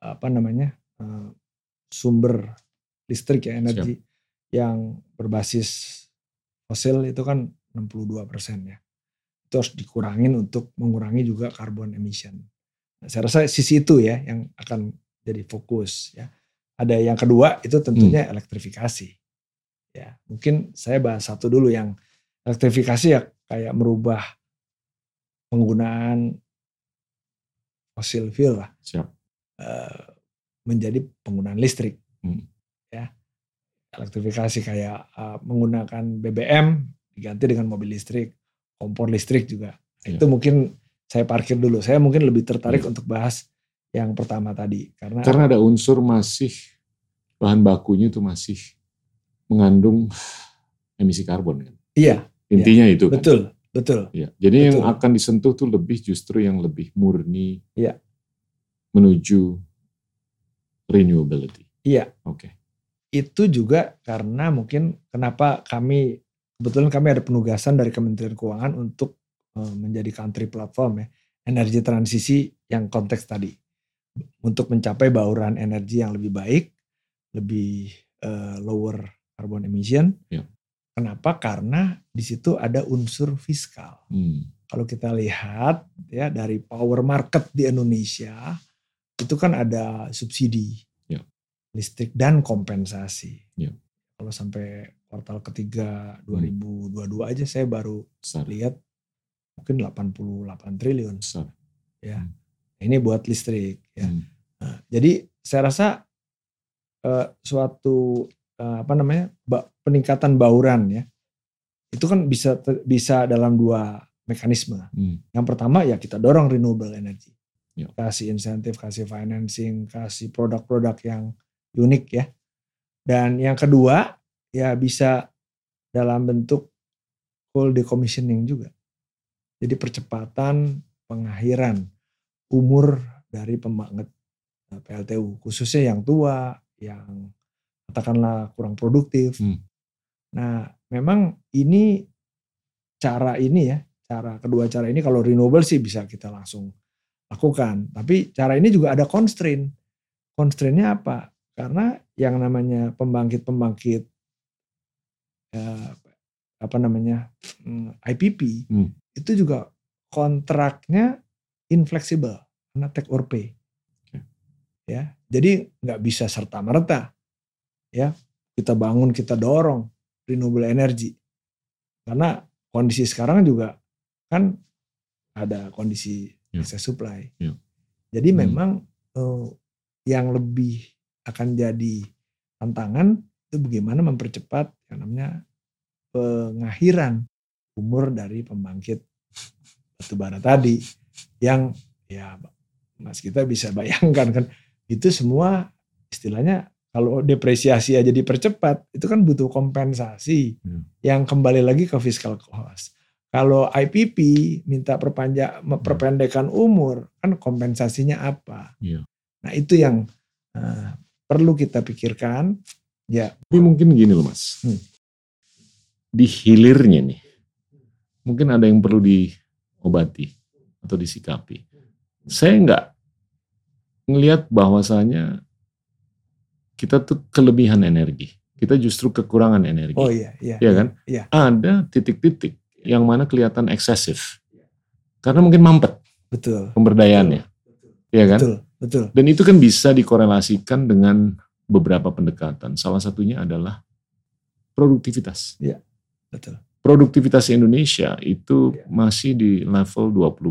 sumber listrik ya, energi yang berbasis fosil itu kan 62% ya. Itu harus dikurangin untuk mengurangi juga carbon emission. Nah, saya rasa sisi itu ya yang akan jadi fokus ya. Ada yang kedua itu tentunya elektrifikasi. Ya, mungkin saya bahas satu dulu yang elektrifikasi ya kayak merubah penggunaan fossil fuel lah. Menjadi penggunaan listrik. Ya. Elektrifikasi kayak menggunakan BBM diganti dengan mobil listrik, kompor listrik juga. Itu mungkin saya parkir dulu. Saya mungkin lebih tertarik untuk bahas yang pertama tadi. Karena ada unsur masih, bahan bakunya itu masih mengandung emisi karbon kan? Iya. Intinya itu kan? Betul. Ya. Jadi yang akan disentuh tuh justru yang lebih murni menuju renewability. Iya. Oke. Itu juga karena mungkin kenapa kebetulan kami ada penugasan dari Kementerian Keuangan untuk menjadi country platform ya, energi transisi yang konteks tadi. Untuk mencapai bauran energi yang lebih baik, lebih lower carbon emission. Kenapa? Karena di situ ada unsur fiskal. Kalau kita lihat ya dari power market di Indonesia itu kan ada subsidi listrik dan kompensasi. Kalau sampai kuartal ketiga 2022 aja saya baru lihat mungkin 88 triliun. Ya. Ini buat listrik ya. Nah, jadi saya rasa suatu peningkatan bauran ya. Itu kan bisa dalam dua mekanisme. Yang pertama ya kita dorong renewable energy. Kasih insentif, kasih financing, kasih produk-produk yang unik ya. Dan yang kedua ya bisa dalam bentuk coal decommissioning juga. Jadi percepatan pengakhiran umur dari pembangkit PLTU. Khususnya yang tua, yang katakanlah kurang produktif. Nah memang ini kedua cara ini kalau renewable sih bisa kita langsung lakukan. Tapi cara ini juga ada constraint. Constraint-nya apa? Karena yang namanya pembangkit IPP itu juga kontraknya infleksibel karena take or pay. Ya, jadi nggak bisa serta merta. Ya, kita bangun, kita dorong renewable energy. Karena kondisi sekarang juga kan ada kondisi excess supply. Jadi memang yang lebih akan jadi tantangan itu bagaimana mempercepat yang namanya pengakhiran umur dari pembangkit batubara tadi yang ya Mas kita bisa bayangkan kan itu semua istilahnya kalau depresiasi aja dipercepat itu kan butuh kompensasi yang kembali lagi ke fiscal cost. Kalau IPP minta perpendekan umur kan kompensasinya apa? Nah itu yang perlu kita pikirkan. Ya. Tapi mungkin gini loh Mas, di hilirnya nih, mungkin ada yang perlu diobati atau disikapi. Saya nggak ngelihat bahwasanya kita tuh kelebihan energi, kita justru kekurangan energi. Oh iya kan? Iya. Ada titik-titik yang mana kelihatan eksesif, karena mungkin mampet. Betul. Pemberdayaannya, ya kan? Betul. Dan itu kan bisa dikorelasikan dengan beberapa pendekatan. Salah satunya adalah produktivitas. Iya, betul. Produktivitas Indonesia itu masih di level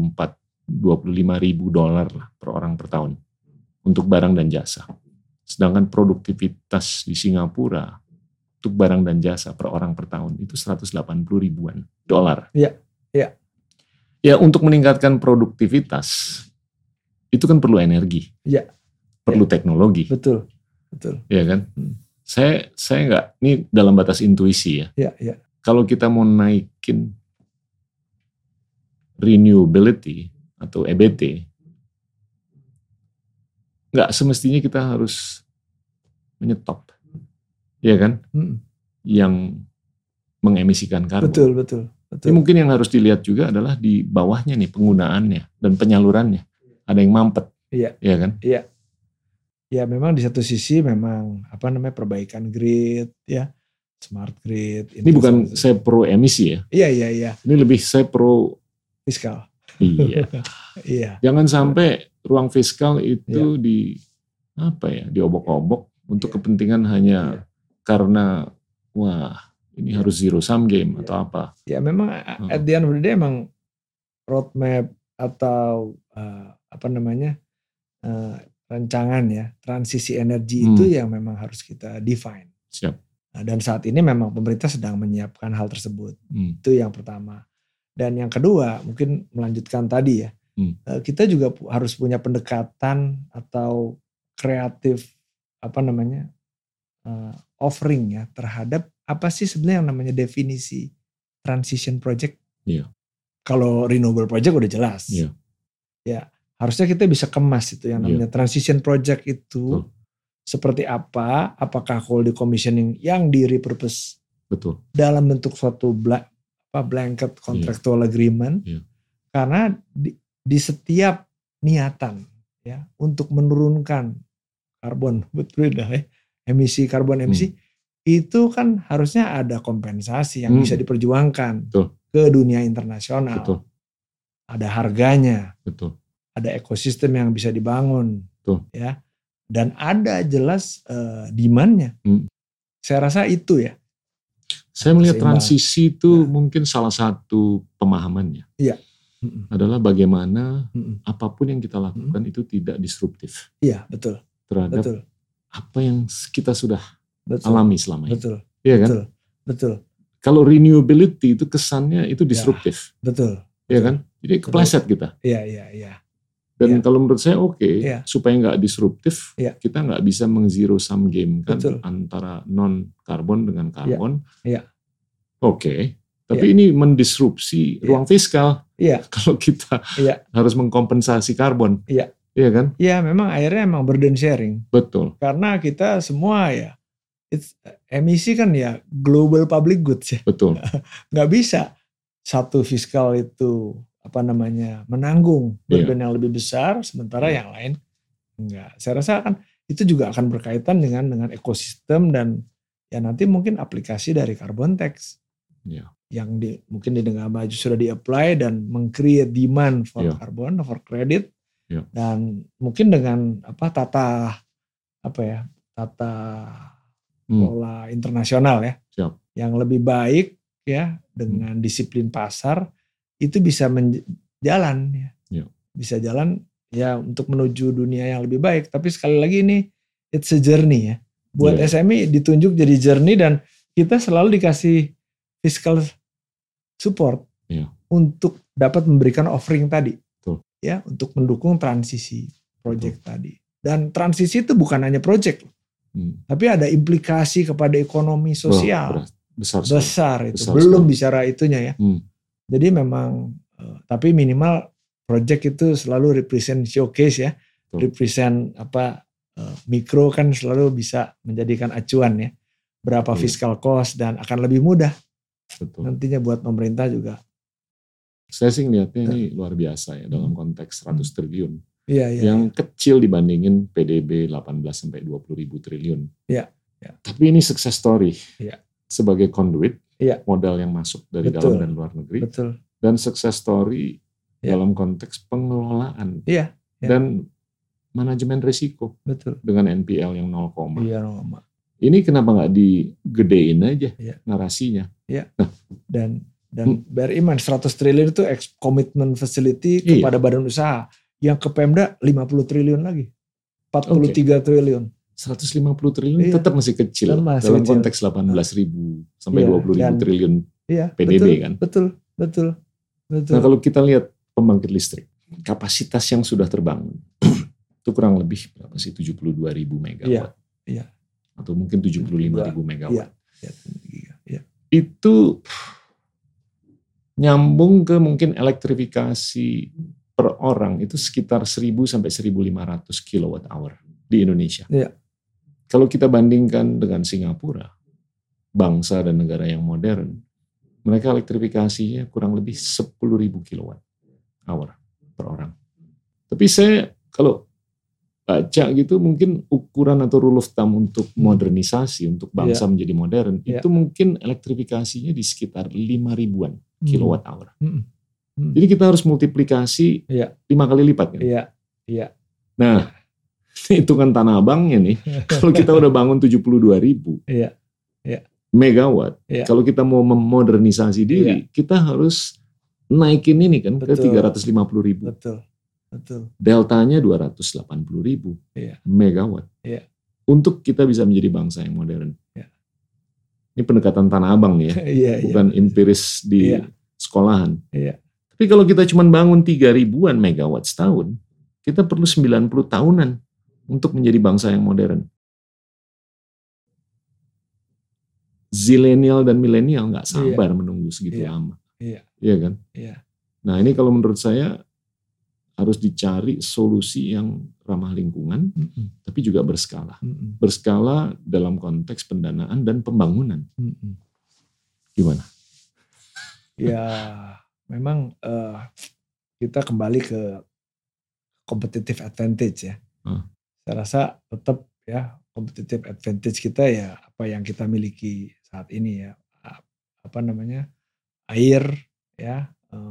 25 ribu dolar lah per orang per tahun untuk barang dan jasa. Sedangkan produktivitas di Singapura untuk barang dan jasa per orang per tahun itu 180 ribuan dolar. Iya. Ya untuk meningkatkan produktivitas itu kan perlu energi. Iya. Perlu teknologi. Betul. Ya kan? Saya nggak, ini dalam batas intuisi ya. Iya. Kalau kita mau naikin renewability atau EBT, nggak semestinya kita harus menyetop, ya kan? Yang mengemisikan karbon. Betul. Ini mungkin yang harus dilihat juga adalah di bawahnya nih penggunaannya dan penyalurannya. Ada yang mampet, ya kan? Iya. Ya memang di satu sisi memang perbaikan grid, ya smart grid. Ini bukan saya pro emisi ya? Iya. Ini lebih saya pro fiskal. Iya. Iya. Jangan sampai ruang fiskal itu diobok-obok untuk kepentingan hanya karena ini harus zero sum game atau apa. Ya memang at the end of the day emang roadmap atau rancangan ya transisi energi itu yang memang harus kita define. Siap. Nah, dan saat ini memang pemerintah sedang menyiapkan hal tersebut. Itu yang pertama. Dan yang kedua mungkin melanjutkan tadi ya. Kita juga harus punya pendekatan atau kreatif offering ya terhadap apa sih sebenarnya yang namanya definisi transition project. Iya. Kalau renewable project udah jelas. Iya. Ya, harusnya kita bisa kemas itu yang namanya transition project itu seperti apa? Apakah coal decommissioning yang di repurpose dalam bentuk suatu blanket contractual agreement? Karena di setiap niatan ya untuk menurunkan karbon emisi itu kan harusnya ada kompensasi yang bisa diperjuangkan Betul. ke dunia internasional. Betul. Ada harganya, Betul. ada ekosistem yang bisa dibangun, Betul. ya, dan ada jelas demand-nya. Saya rasa itu ya. Saya melihat Seimbang. transisi itu mungkin salah satu pemahamannya. Iya. Adalah bagaimana apapun yang kita lakukan itu tidak disruptif. Iya, betul. Terhadap Betul. apa yang kita sudah Betul. alami selama ini. Betul. Iya kan? Betul. Betul. Kalau renewability itu kesannya itu disruptif. Betul. Iya kan? Jadi kepleset kita. Iya. Dan Iya. kalau menurut saya Iya. supaya nggak disruptif, Iya. kita nggak bisa meng-zero sum game kan Betul. antara non-karbon dengan karbon. Iya. Oke. Tapi ini mendisrupsi ruang fiskal. Iya. Kalau kita harus mengkompensasi karbon. Iya. Iya kan? Iya, memang akhirnya emang burden sharing. Betul. Karena kita semua ya, emisi kan ya global public goods ya. Betul. Nggak bisa satu fiskal itu menanggung burden yang lebih besar, sementara yang lain enggak. Saya rasa kan itu juga akan berkaitan dengan ekosistem dan ya nanti mungkin aplikasi dari carbon tax. Iya. Yang mungkin di negara maju sudah di-apply dan meng-create demand for carbon, for credit. Dan mungkin dengan tata pola internasional ya. Siap. Yang lebih baik ya dengan disiplin pasar itu bisa jalan ya. Bisa jalan ya untuk menuju dunia yang lebih baik. Tapi sekali lagi ini it's a journey ya. Buat SME ditunjuk jadi journey dan kita selalu dikasih fiscal support untuk dapat memberikan offering tadi. Ya, untuk mendukung transisi project tadi. Dan transisi itu bukan hanya project, tapi ada implikasi kepada ekonomi sosial. Besar itu. Belum bicara itunya ya. Jadi memang, tapi minimal project itu selalu represent showcase ya. Represent mikro kan selalu bisa menjadikan acuan ya. Berapa fiscal cost dan akan lebih mudah. Nantinya buat pemerintah juga. Saya sih ngeliatnya ini luar biasa ya dalam konteks 100 triliun. Iya. Yang kecil dibandingin PDB 18 sampai 20 ribu triliun. Iya. Tapi ini success story. Iya. Sebagai conduit, modal yang masuk dari dalam dan luar negeri. Betul. Dan success story dalam konteks pengelolaan. Iya. Dan manajemen risiko. Betul. Dengan NPL yang 0, iya, 0. Ini kenapa nggak digedein aja narasinya? Iya. Nah, dan bear in mind 100 triliun itu commitment facility kepada badan usaha. Yang ke Pemda 50 triliun lagi. 43 triliun. 150 triliun tetap masih kecil. Dalam konteks 18 ribu sampai 20 ribu triliun PDB kan. Betul. Nah kalau kita lihat pembangkit listrik. Kapasitas yang sudah terbangun. Itu kurang lebih berapa sih? 72 ribu megawatt. Iya. Atau mungkin 75 ribu megawatt. Iya. Itu nyambung ke mungkin elektrifikasi per orang itu sekitar 1.000 sampai 1.500 kilowatt hour di Indonesia. Iya. Kalau kita bandingkan dengan Singapura, bangsa dan negara yang modern, mereka elektrifikasinya kurang lebih 10.000 kilowatt hour per orang. Tapi saya kalau baca gitu mungkin ukuran atau rule of thumb untuk modernisasi, untuk bangsa menjadi modern, itu mungkin elektrifikasinya di sekitar 5.000-an kilowatt hour. Jadi kita harus multiplikasi 5 kali lipat kan? Iya. Nah, hitungan Tanah Abangnya nih, kalau kita udah bangun 72.000 megawatt, kalau kita mau memodernisasi diri, kita harus naikin ini kan ke 350.000. Betul. Deltanya 280.000 megawatt. Untuk kita bisa menjadi bangsa yang modern. Ini pendekatan Tanah Abang nih ya, bukan empiris di sekolahan. Tapi kalau kita cuma bangun 3.000-an megawatt setahun, kita perlu 90 tahunan untuk menjadi bangsa yang modern. Zilenial dan milenial nggak sabar menunggu segitu lama. Iya kan? Nah ini kalau menurut saya harus dicari solusi yang ramah lingkungan, tapi juga berskala. Berskala dalam konteks pendanaan dan pembangunan. Gimana? Ya, memang kita kembali ke competitive advantage ya. Saya rasa tetap ya competitive advantage kita ya apa yang kita miliki saat ini ya, apa namanya, air ya,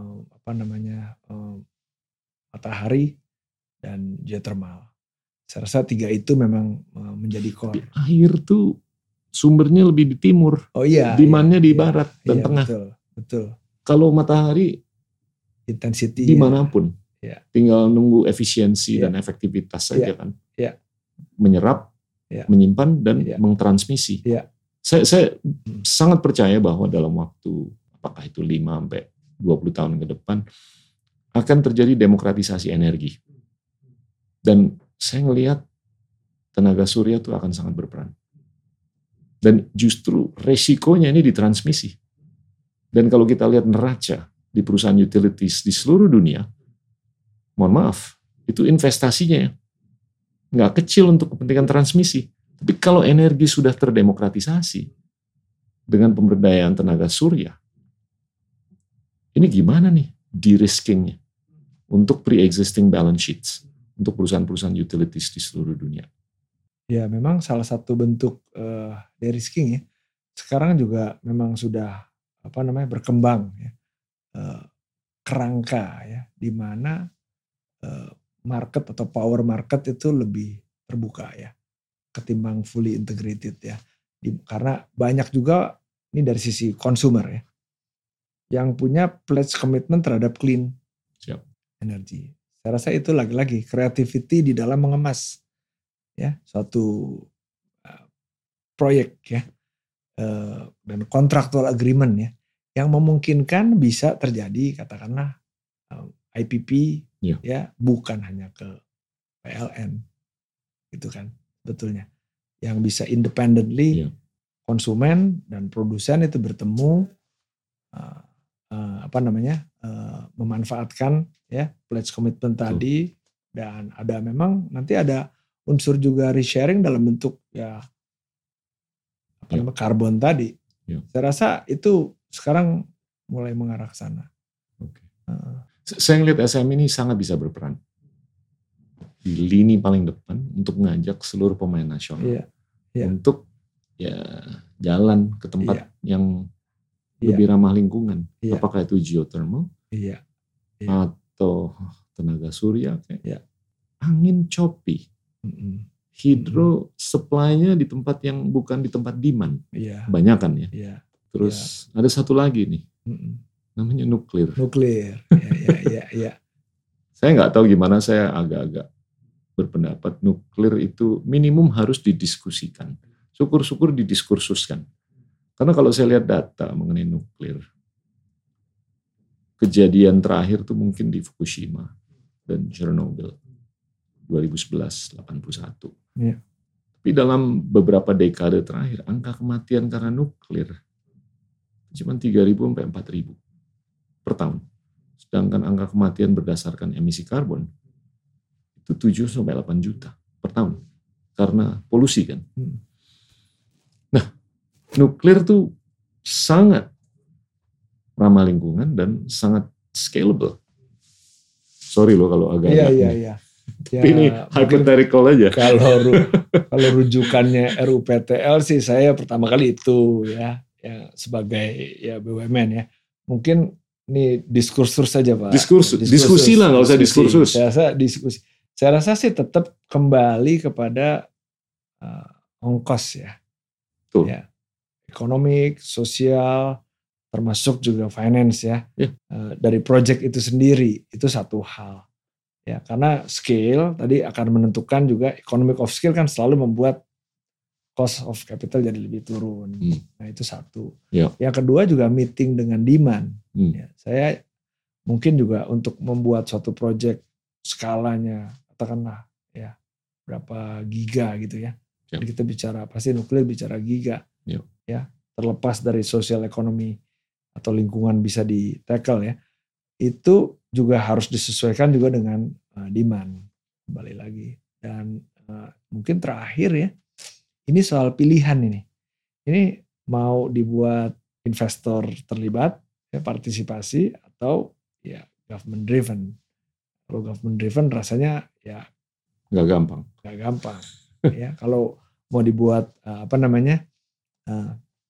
matahari dan geothermal. Saya rasa 3 itu memang menjadi Tapi core. air tuh sumbernya lebih di timur, Oh iya, demand-nya di iya, barat dan iya, tengah. betul. Kalau matahari Intensity dimanapun, ya. tinggal nunggu efisiensi Iya. dan efektivitas saja Iya. kan. Iya. Menyerap, Iya. menyimpan dan Iya. mengtransmisi. Iya. Saya sangat percaya bahwa dalam waktu apakah itu 5-20 tahun ke depan akan terjadi demokratisasi energi. Dan saya ngelihat tenaga surya itu akan sangat berperan. Dan justru resikonya ini di transmisi. Dan kalau kita lihat neraca di perusahaan utilities di seluruh dunia, mohon maaf, itu investasinya nggak kecil untuk kepentingan transmisi. Tapi kalau energi sudah terdemokratisasi dengan pemberdayaan tenaga surya, ini gimana nih de-riskingnya untuk pre-existing balance sheets untuk perusahaan-perusahaan utilities di seluruh dunia? Ya memang salah satu bentuk de-risking ya. Sekarang juga memang sudah berkembang ya, kerangka ya, di mana market atau power market itu lebih terbuka ya ketimbang fully integrated ya. Karena banyak juga ini dari sisi consumer ya yang punya pledge commitment terhadap clean energy. Saya rasa itu lagi-lagi creativity di dalam mengemas ya suatu proyek ya dan contractual agreement ya yang memungkinkan bisa terjadi katakanlah IPP ya bukan hanya ke PLN gitu kan betulnya yang bisa independently konsumen dan produsen itu bertemu memanfaatkan ya pledge commitment tadi dan ada memang nanti ada unsur juga resharing dalam bentuk ya karbon tadi. Saya rasa itu sekarang mulai mengarah ke sana. Saya ngelihat SM ini sangat bisa berperan di lini paling depan untuk mengajak seluruh pemain nasional untuk ya jalan ke tempat yang lebih ramah lingkungan. Apakah itu geothermal atau tenaga surya kayak angin choppy. Hidro supply-nya di tempat yang bukan di tempat demand. Banyakan ya. Terus ada satu lagi nih. Namanya nuklir. Saya nggak tahu gimana, saya agak-agak berpendapat nuklir itu minimum harus didiskusikan. Syukur-syukur didiskursuskan. Karena kalau saya lihat data mengenai nuklir, kejadian terakhir tuh mungkin di Fukushima dan Chernobyl 2011-81. Tapi dalam beberapa dekade terakhir, angka kematian karena nuklir cuma 3.000 sampai 4.000 per tahun. Sedangkan angka kematian berdasarkan emisi karbon itu 7 sampai 8 juta per tahun. Karena polusi kan. Nah, nuklir tuh sangat ramah lingkungan dan sangat scalable. Sorry loh kalau agak Iya. Tapi ini hypothetical aja. Kalau rujukannya RUPTL sih saya pertama kali itu ya sebagai ya BUMN ya. Mungkin ini diskursus saja Pak. Diskusi lah, nggak usah diskursus. Saya rasa sih tetap kembali kepada ongkos ya. Tuh. Ya. Ekonomik, sosial, termasuk juga finance ya. Dari project itu sendiri itu satu hal. Ya, karena scale tadi akan menentukan juga economic of scale kan selalu membuat cost of capital jadi lebih turun. Nah itu satu. Yang kedua juga meeting dengan demand. Ya, saya mungkin juga untuk membuat suatu project skalanya katakanlah ya berapa giga gitu ya. Jadi kita bicara pasti nuklir bicara giga. Ya terlepas dari sosial ekonomi atau lingkungan bisa di tackle ya. Itu juga harus disesuaikan juga dengan demand kembali lagi dan mungkin terakhir ya ini soal pilihan ini mau dibuat investor terlibat ya partisipasi atau ya government driven. Kalau government driven rasanya ya nggak gampang ya kalau mau dibuat eh,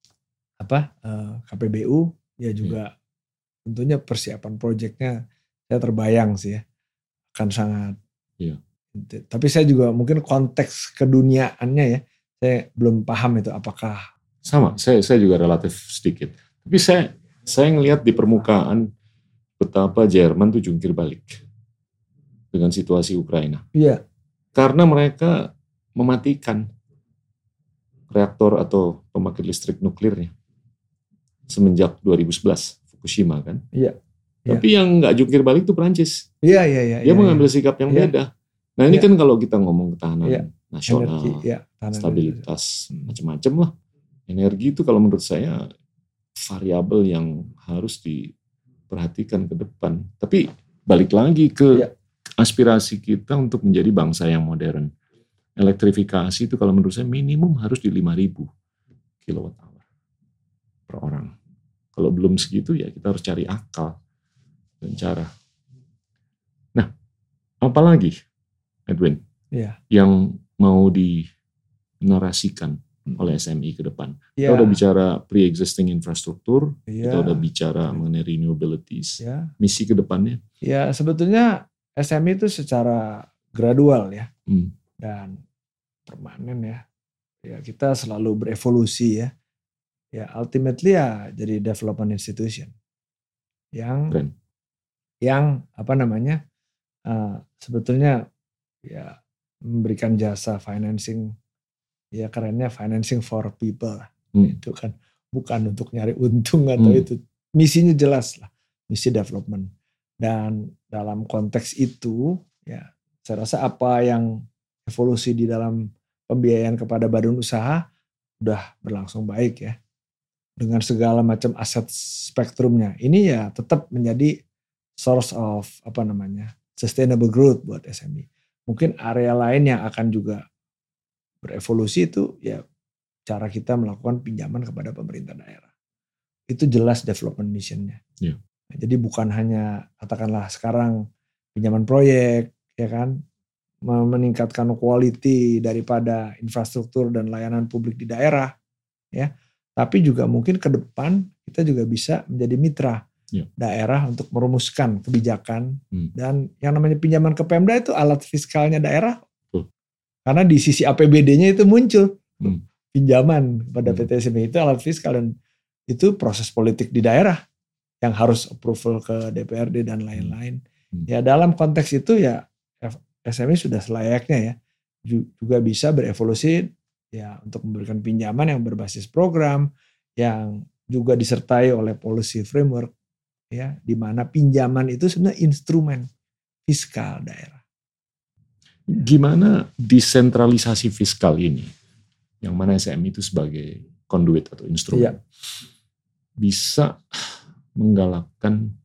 KPBU ya juga tentunya persiapan proyeknya saya terbayang sih ya akan sangat. Iya. Tapi saya juga mungkin konteks keduniaannya ya saya belum paham itu apakah. Sama, saya juga relatif sedikit. Tapi saya ngelihat di permukaan betapa Jerman tuh jungkir balik dengan situasi Ukraina. Iya. Karena mereka mematikan reaktor atau pembangkit listrik nuklirnya semenjak 2011 Fukushima kan. Iya. Tapi yang nggak jungkir balik itu Perancis. Iya. Dia mengambil sikap yang beda. Nah ini kan kalau kita ngomong ketahanan nasional, energi, stabilitas, macam-macam lah. Energi itu kalau menurut saya variabel yang harus diperhatikan ke depan. Tapi balik lagi ke aspirasi kita untuk menjadi bangsa yang modern. Elektrifikasi itu kalau menurut saya minimum harus di 5.000 kWh per orang. Kalau belum segitu ya kita harus cari akal dan cara. Nah, apalagi Edwin yang mau dinarasikan oleh SMI ke depan? Kita udah bicara pre-existing infrastruktur, kita udah bicara mengenai renewabilities. Misi ke depannya? Ya sebetulnya SMI itu secara gradual ya. Dan permanen ya. Ya kita selalu berevolusi ya. Ya ultimately ya jadi development institution. Yang sebetulnya ya memberikan jasa financing, ya kerennya financing for people. Itu kan bukan untuk nyari untung atau itu. Misinya jelas lah, misi development. Dan dalam konteks itu ya saya rasa apa yang evolusi di dalam pembiayaan kepada badan usaha udah berlangsung baik ya. Dengan segala macam aset spektrumnya. Ini ya tetap menjadi source of sustainable growth buat SME. Mungkin area lain yang akan juga berevolusi itu ya cara kita melakukan pinjaman kepada pemerintah daerah. Itu jelas development missionnya. Yeah. Nah, jadi bukan hanya katakanlah sekarang pinjaman proyek ya kan, meningkatkan quality daripada infrastruktur dan layanan publik di daerah ya. Tapi juga mungkin ke depan kita juga bisa menjadi mitra daerah untuk merumuskan kebijakan. Dan yang namanya pinjaman ke Pemda itu alat fiskalnya daerah. Karena di sisi APBD-nya itu muncul pinjaman kepada PT SME itu alat fiskal. Dan itu proses politik di daerah yang harus approval ke DPRD dan lain-lain. Ya dalam konteks itu ya SME sudah selayaknya ya juga bisa berevolusi ya untuk memberikan pinjaman yang berbasis program yang juga disertai oleh policy framework ya di mana pinjaman itu sebenarnya instrumen fiskal daerah. Gimana desentralisasi fiskal ini yang mana SME itu sebagai conduit atau instrumen bisa menggalakkan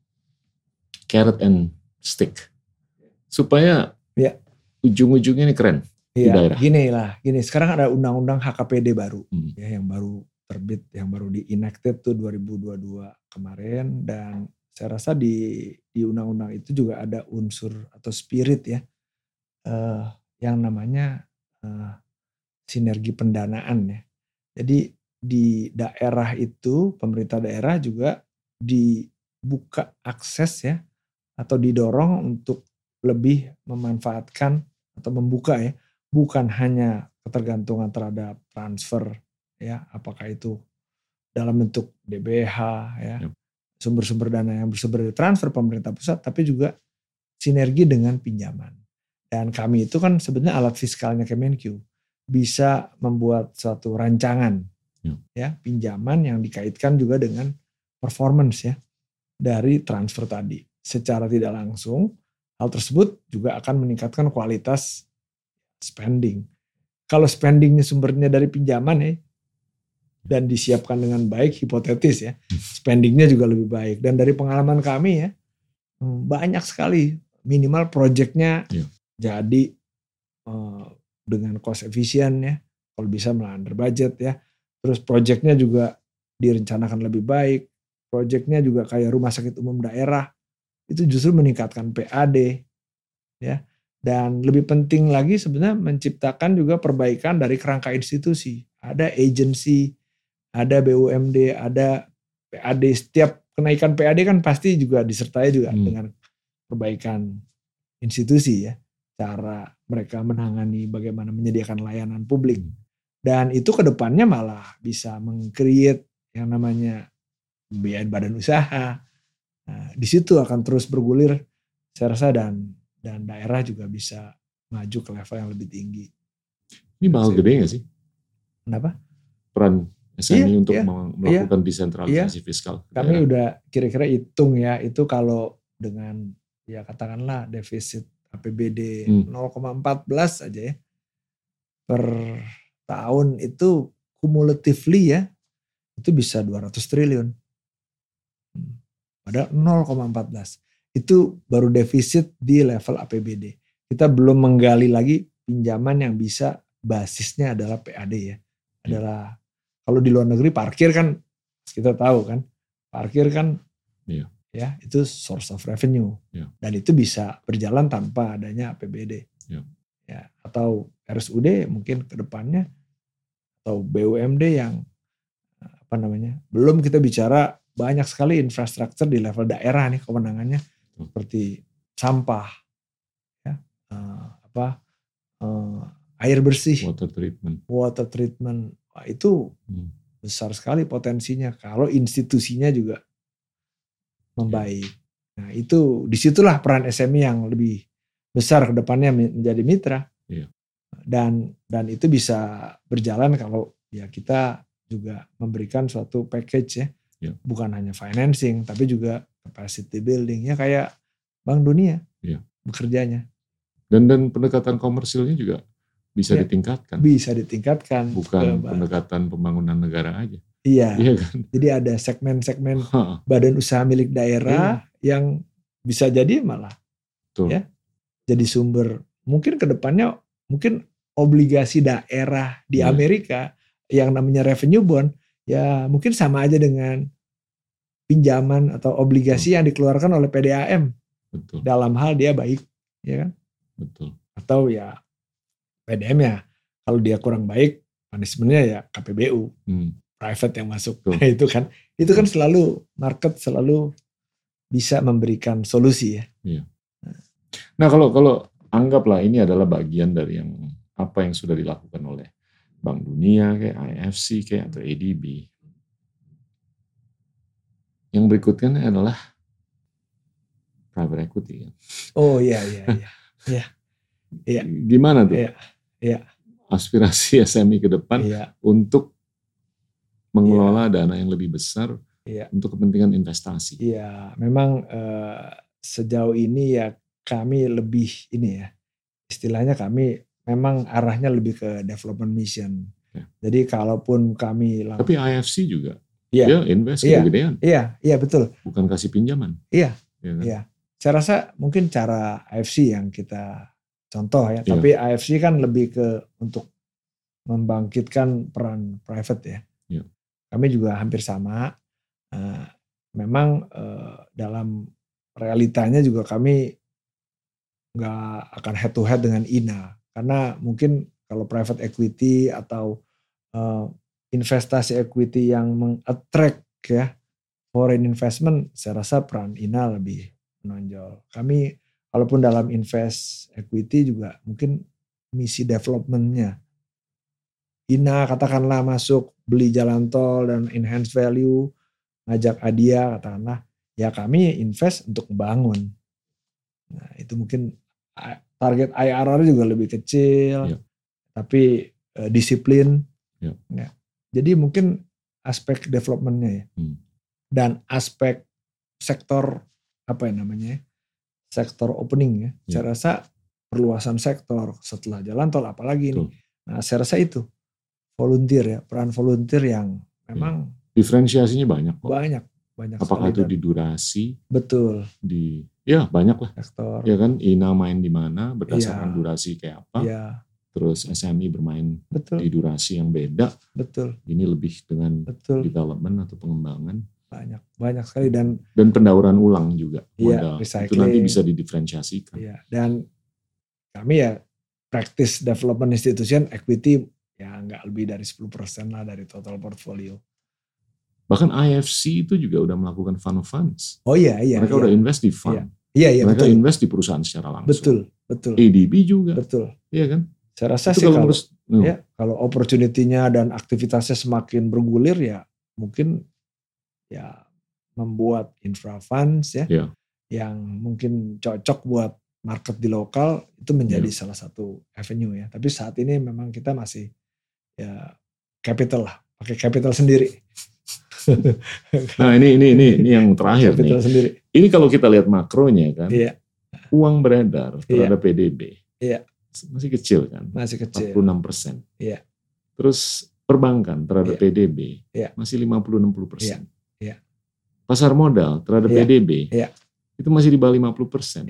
carrot and stick supaya ujung-ujungnya ini keren. Iya, gini. Sekarang ada undang-undang HKPD baru, ya, yang baru terbit, yang baru di-enacted tuh 2022 kemarin, dan saya rasa di undang-undang itu juga ada unsur atau spirit ya, yang namanya sinergi pendanaan ya. Jadi di daerah itu pemerintah daerah juga dibuka akses ya, atau didorong untuk lebih memanfaatkan atau membuka ya. Bukan hanya ketergantungan terhadap transfer ya, apakah itu dalam bentuk DBH ya, sumber-sumber dana yang bersumber dari transfer pemerintah pusat, tapi juga sinergi dengan pinjaman. Dan kami itu kan sebenarnya alat fiskalnya Kemenq bisa membuat suatu rancangan ya pinjaman yang dikaitkan juga dengan performance ya dari transfer tadi. Secara tidak langsung hal tersebut juga akan meningkatkan kualitas spending. Kalau spendingnya sumbernya dari pinjaman ya, dan disiapkan dengan baik, hipotetis ya, spendingnya juga lebih baik. Dan dari pengalaman kami ya, banyak sekali minimal proyeknya jadi dengan cost efisien ya, kalau bisa under budget ya. Terus proyeknya juga direncanakan lebih baik. Proyeknya juga kayak rumah sakit umum daerah, itu justru meningkatkan PAD ya. Dan lebih penting lagi sebenarnya menciptakan juga perbaikan dari kerangka institusi. ada agency, ada BUMD, ada PAD. Setiap kenaikan PAD kan pasti juga disertai juga dengan perbaikan institusi ya. Cara mereka menangani bagaimana menyediakan layanan publik. Dan itu ke depannya malah bisa meng-create yang namanya pembiayaan badan usaha. Nah, di situ akan terus bergulir saya rasa, dan daerah juga bisa maju ke level yang lebih tinggi. Ini bakal gede nggak sih? Kenapa? Peran SME untuk melakukan desentralisasi fiskal. Kami udah kira-kira hitung ya, itu kalau dengan ya katakanlah defisit APBD 0,14 aja ya per tahun, itu cumulatively ya itu bisa 200 triliun. Padahal 0,14 itu baru defisit di level APBD. Kita belum menggali lagi pinjaman yang bisa basisnya adalah PAD ya. Adalah kalau di luar negeri parkir kan kita tahu kan, parkir kan ya itu source of revenue dan itu bisa berjalan tanpa adanya APBD. Ya, atau RSUD mungkin ke depannya, atau BUMD yang apa namanya, belum kita bicara banyak sekali infrastruktur di level daerah nih kewenangannya, seperti sampah, ya, air bersih, water treatment. Wah, itu besar sekali potensinya kalau institusinya juga membaik. Nah itu disitulah peran SME yang lebih besar ke depannya menjadi mitra. Dan itu bisa berjalan kalau ya kita juga memberikan suatu package ya. Bukan hanya financing tapi juga capacity building ya, kayak Bank Dunia bekerjanya. Dan pendekatan komersilnya juga bisa ditingkatkan. Bisa ditingkatkan. Bukan pendekatan pembangunan negara aja. Iya kan? Jadi ada segmen-segmen badan usaha milik daerah yang bisa jadi malah ya jadi sumber, mungkin kedepannya mungkin obligasi daerah di Amerika yang namanya revenue bond ya mungkin sama aja dengan pinjaman atau obligasi yang dikeluarkan oleh PDAM. Dalam hal dia baik, ya kan? Atau ya PDM ya kalau dia kurang baik, punishment-nya ya KPBU, private yang masuk. Nah, itu kan selalu market selalu bisa memberikan solusi ya. Nah kalau anggaplah ini adalah bagian dari apa yang sudah dilakukan oleh Bank Dunia kayak IFC kayak atau ADB. Yang berikutnya adalah private equity. Oh iya. Gimana tuh? Iya. Aspirasi SME ke depan untuk mengelola dana yang lebih besar untuk kepentingan investasi. Iya, memang sejauh ini ya kami lebih ini ya, istilahnya kami memang arahnya lebih ke development mission. Jadi kalaupun kami tapi IFC juga dia invest gede-gedean. Iya betul. Bukan kasih pinjaman. Iya. Saya rasa mungkin cara IFC yang kita contoh ya, tapi IFC kan lebih ke untuk membangkitkan peran private ya. Kami juga hampir sama. Memang dalam realitanya juga kami nggak akan head to head dengan INA, karena mungkin kalau private equity atau investasi equity yang meng-attract ya foreign investment, saya rasa peran INA lebih menonjol. Kami walaupun dalam invest equity juga mungkin misi development-nya INA katakanlah masuk beli jalan tol dan enhance value, ngajak Adia katakanlah, ya kami invest untuk membangun. Nah itu mungkin target IRR juga lebih kecil, tapi disiplin. Ya. Jadi mungkin aspek developmentnya ya, dan aspek sektor apa ya namanya, sektor opening ya. Saya rasa perluasan sektor setelah jalan tol apalagi ini. Nah saya rasa itu volunteer ya, peran volunteer yang memang diferensiasinya banyak kok. Banyak. Apakah itu di durasi? Betul. Banyak lah. Sektor. Ya kan, INA main di mana berdasarkan durasi kayak apa. Terus SME bermain di durasi yang beda. Betul. Ini lebih dengan development atau pengembangan. Banyak sekali dan pendauran ulang juga. Modal. Recycling. Itu nanti bisa didiferensiasikan. Dan kami ya practice development institution equity ya nggak lebih dari 10% lah dari total portfolio. Bahkan IFC itu juga udah melakukan fund of funds. Oh iya. Mereka udah invest di fund. Iya, Mereka betul. invest di perusahaan secara langsung. Betul. ADB juga. Betul. Iya kan? Saya rasa itu sih kalau opportunity-nya dan aktivitasnya semakin bergulir ya mungkin ya membuat infra funds ya yang mungkin cocok buat market di lokal itu menjadi salah satu avenue ya. Tapi saat ini memang kita masih ya capital lah, pakai capital sendiri. Nah ini yang terakhir nih. Sendiri. Ini kalau kita lihat makronya kan, uang beredar terhadap PDB masih kecil kan, masih kecil, 46%. Terus perbankan terhadap PDB masih 50-60%. Pasar modal terhadap PDB itu masih di bawah 50%.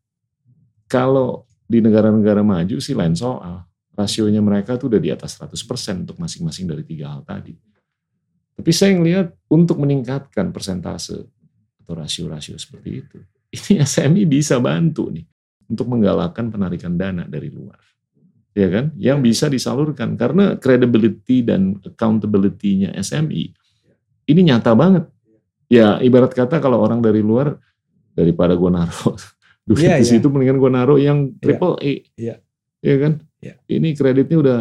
Kalau di negara-negara maju sih lain soal, rasionya mereka tuh udah di atas 100% untuk masing-masing dari 3 hal tadi. Tapi saya ngelihat untuk meningkatkan persentase atau rasio-rasio seperti itu, ini SMI bisa bantu nih untuk menggalakkan penarikan dana dari luar, ya kan? Yang bisa disalurkan karena credibility dan accountability-nya SMI ini nyata banget. Ya ibarat kata kalau orang dari luar daripada gue naruh duit di situ, mendingan gue naruh yang triple A, ya kan? Ini kreditnya udah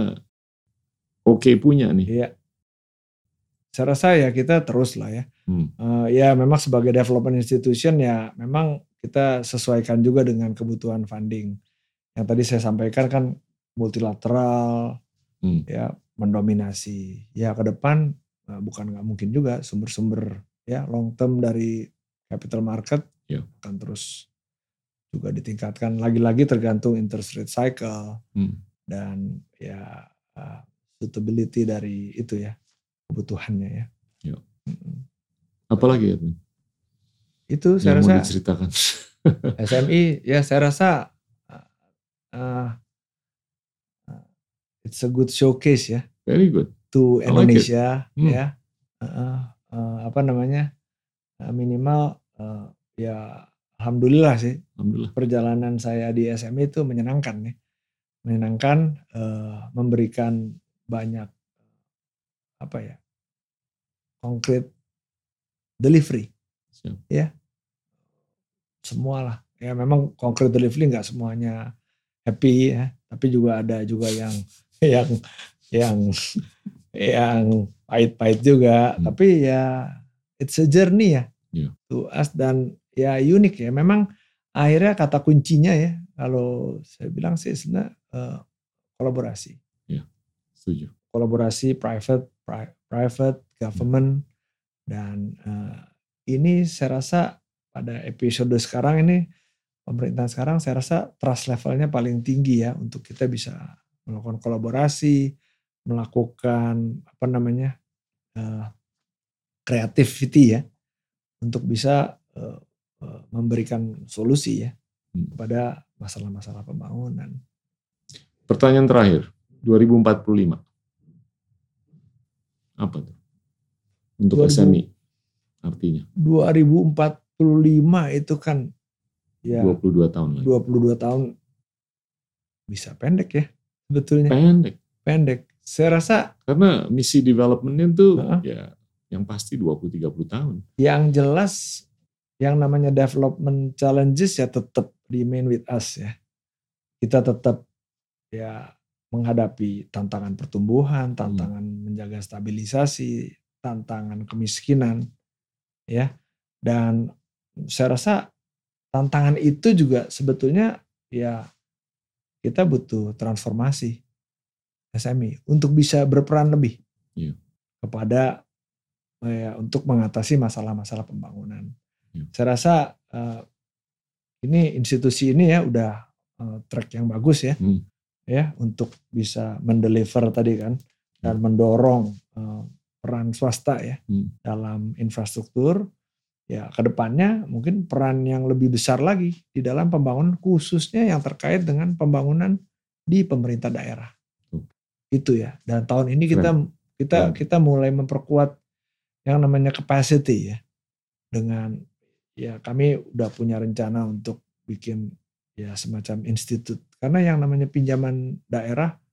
oke punya nih. Saya rasa ya kita terus lah ya. Ya memang sebagai development institution ya memang kita sesuaikan juga dengan kebutuhan funding. Yang tadi saya sampaikan kan multilateral, ya mendominasi. Ya ke depan bukan nggak mungkin juga sumber-sumber ya long term dari capital market akan terus juga ditingkatkan. Lagi-lagi tergantung interest rate cycle dan ya suitability dari itu ya. Kebutuhannya ya. Apalagi Edwin? Itu saya yang rasa mau diceritakan. SMI ya saya rasa it's a good showcase ya. Very good. To Indonesia ya. Minimal ya alhamdulillah sih. Alhamdulillah. Perjalanan saya di SMI itu menyenangkan ya. Menyenangkan, memberikan banyak konkret delivery. Ya. Semualah. Ya memang konkret delivery nggak semuanya happy ya, tapi juga ada juga yang pahit-pahit juga. Tapi ya it's a journey ya. To us dan ya unik ya. Memang akhirnya kata kuncinya ya kalau saya bilang sih sebenarnya kolaborasi. Ya, setuju. Kolaborasi private, government, dan ini saya rasa pada episode sekarang ini pemerintahan sekarang saya rasa trust levelnya paling tinggi ya untuk kita bisa melakukan kolaborasi, melakukan creativity ya untuk bisa memberikan solusi ya kepada masalah-masalah pembangunan. Pertanyaan terakhir, 2045. Apa tuh? Untuk SMI artinya? 2045 itu kan ya 22 tahun lagi. 22 tahun bisa pendek ya sebetulnya. Pendek. Saya rasa karena misi development-nya tuh ya yang pasti 20-30 tahun. Yang jelas yang namanya development challenges ya tetap remain with us ya. Kita tetap ya menghadapi tantangan pertumbuhan, tantangan menjaga stabilisasi, tantangan kemiskinan, ya. Dan saya rasa tantangan itu juga sebetulnya ya kita butuh transformasi SMI untuk bisa berperan lebih kepada untuk mengatasi masalah-masalah pembangunan. Saya rasa ini institusi ini ya udah track yang bagus ya. Ya untuk bisa mendeliver tadi kan dan mendorong peran swasta ya dalam infrastruktur ya kedepannya mungkin peran yang lebih besar lagi di dalam pembangunan khususnya yang terkait dengan pembangunan di pemerintah daerah itu ya. Dan tahun ini kita mulai memperkuat yang namanya capacity ya dengan ya kami udah punya rencana untuk bikin ya semacam institut. Karena yang namanya pinjaman daerah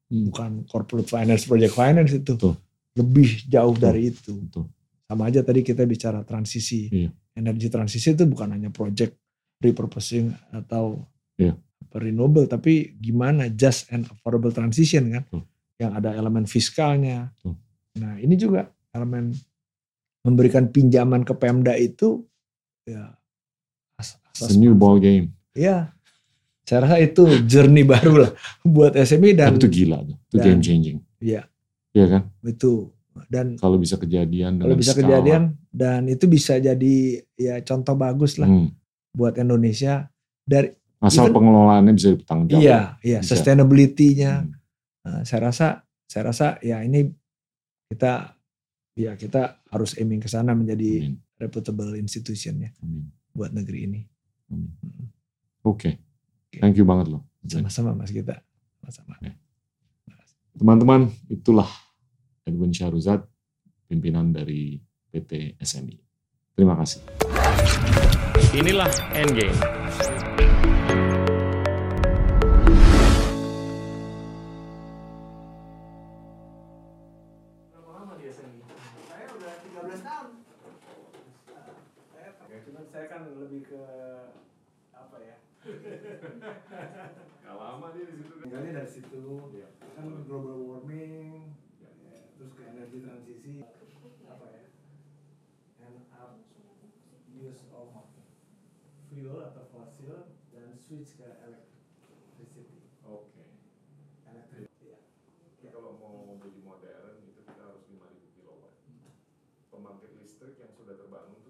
bukan corporate finance, project finance itu. Betul. Lebih jauh dari itu. Betul. Sama aja tadi kita bicara transisi. Iya. Energi transisi itu bukan hanya project repurposing atau Iya. renewable, tapi gimana just and affordable transition kan. Betul. Yang ada elemen fiskalnya. Betul. Nah ini juga elemen memberikan pinjaman ke Pemda itu ya It's a new ball game. ya. Saya rasa itu journey baru lah buat SME dan Tapi itu gila tuh. Itu game changing. Iya. Iya kan? Itu. Dan Kalau bisa kejadian kalau dengan bisa skala. kejadian dan itu bisa jadi ya contoh bagus lah buat Indonesia dari asal pengelolaannya bisa dipertanggungjawabkan. Iya, sustainability-nya. Saya rasa ya ini kita harus aiming ke sana menjadi reputable institution ya buat negeri ini. Oke. Thank you banget loh. Sama-sama Mas Gita. Sama-sama. Teman-teman, itulah Edwin Syahruzad, pimpinan dari PT SMI. Terima kasih. Inilah Endgame. Berapa lama di SMI? Saya udah 13 tahun. Cuman saya kan lebih ke apa ya? Gak lama dia di situ kan. Tinggalnya dari situ, kan global warming, terus ke energi transisi, apa ya? And up use of fuel atau fosil dan switch ke electricity. Oke. Elektrik, ya. Tapi kalau mau jadi modern itu kita harus 5.000 kilowatt. Pembangkit listrik yang sudah terbangun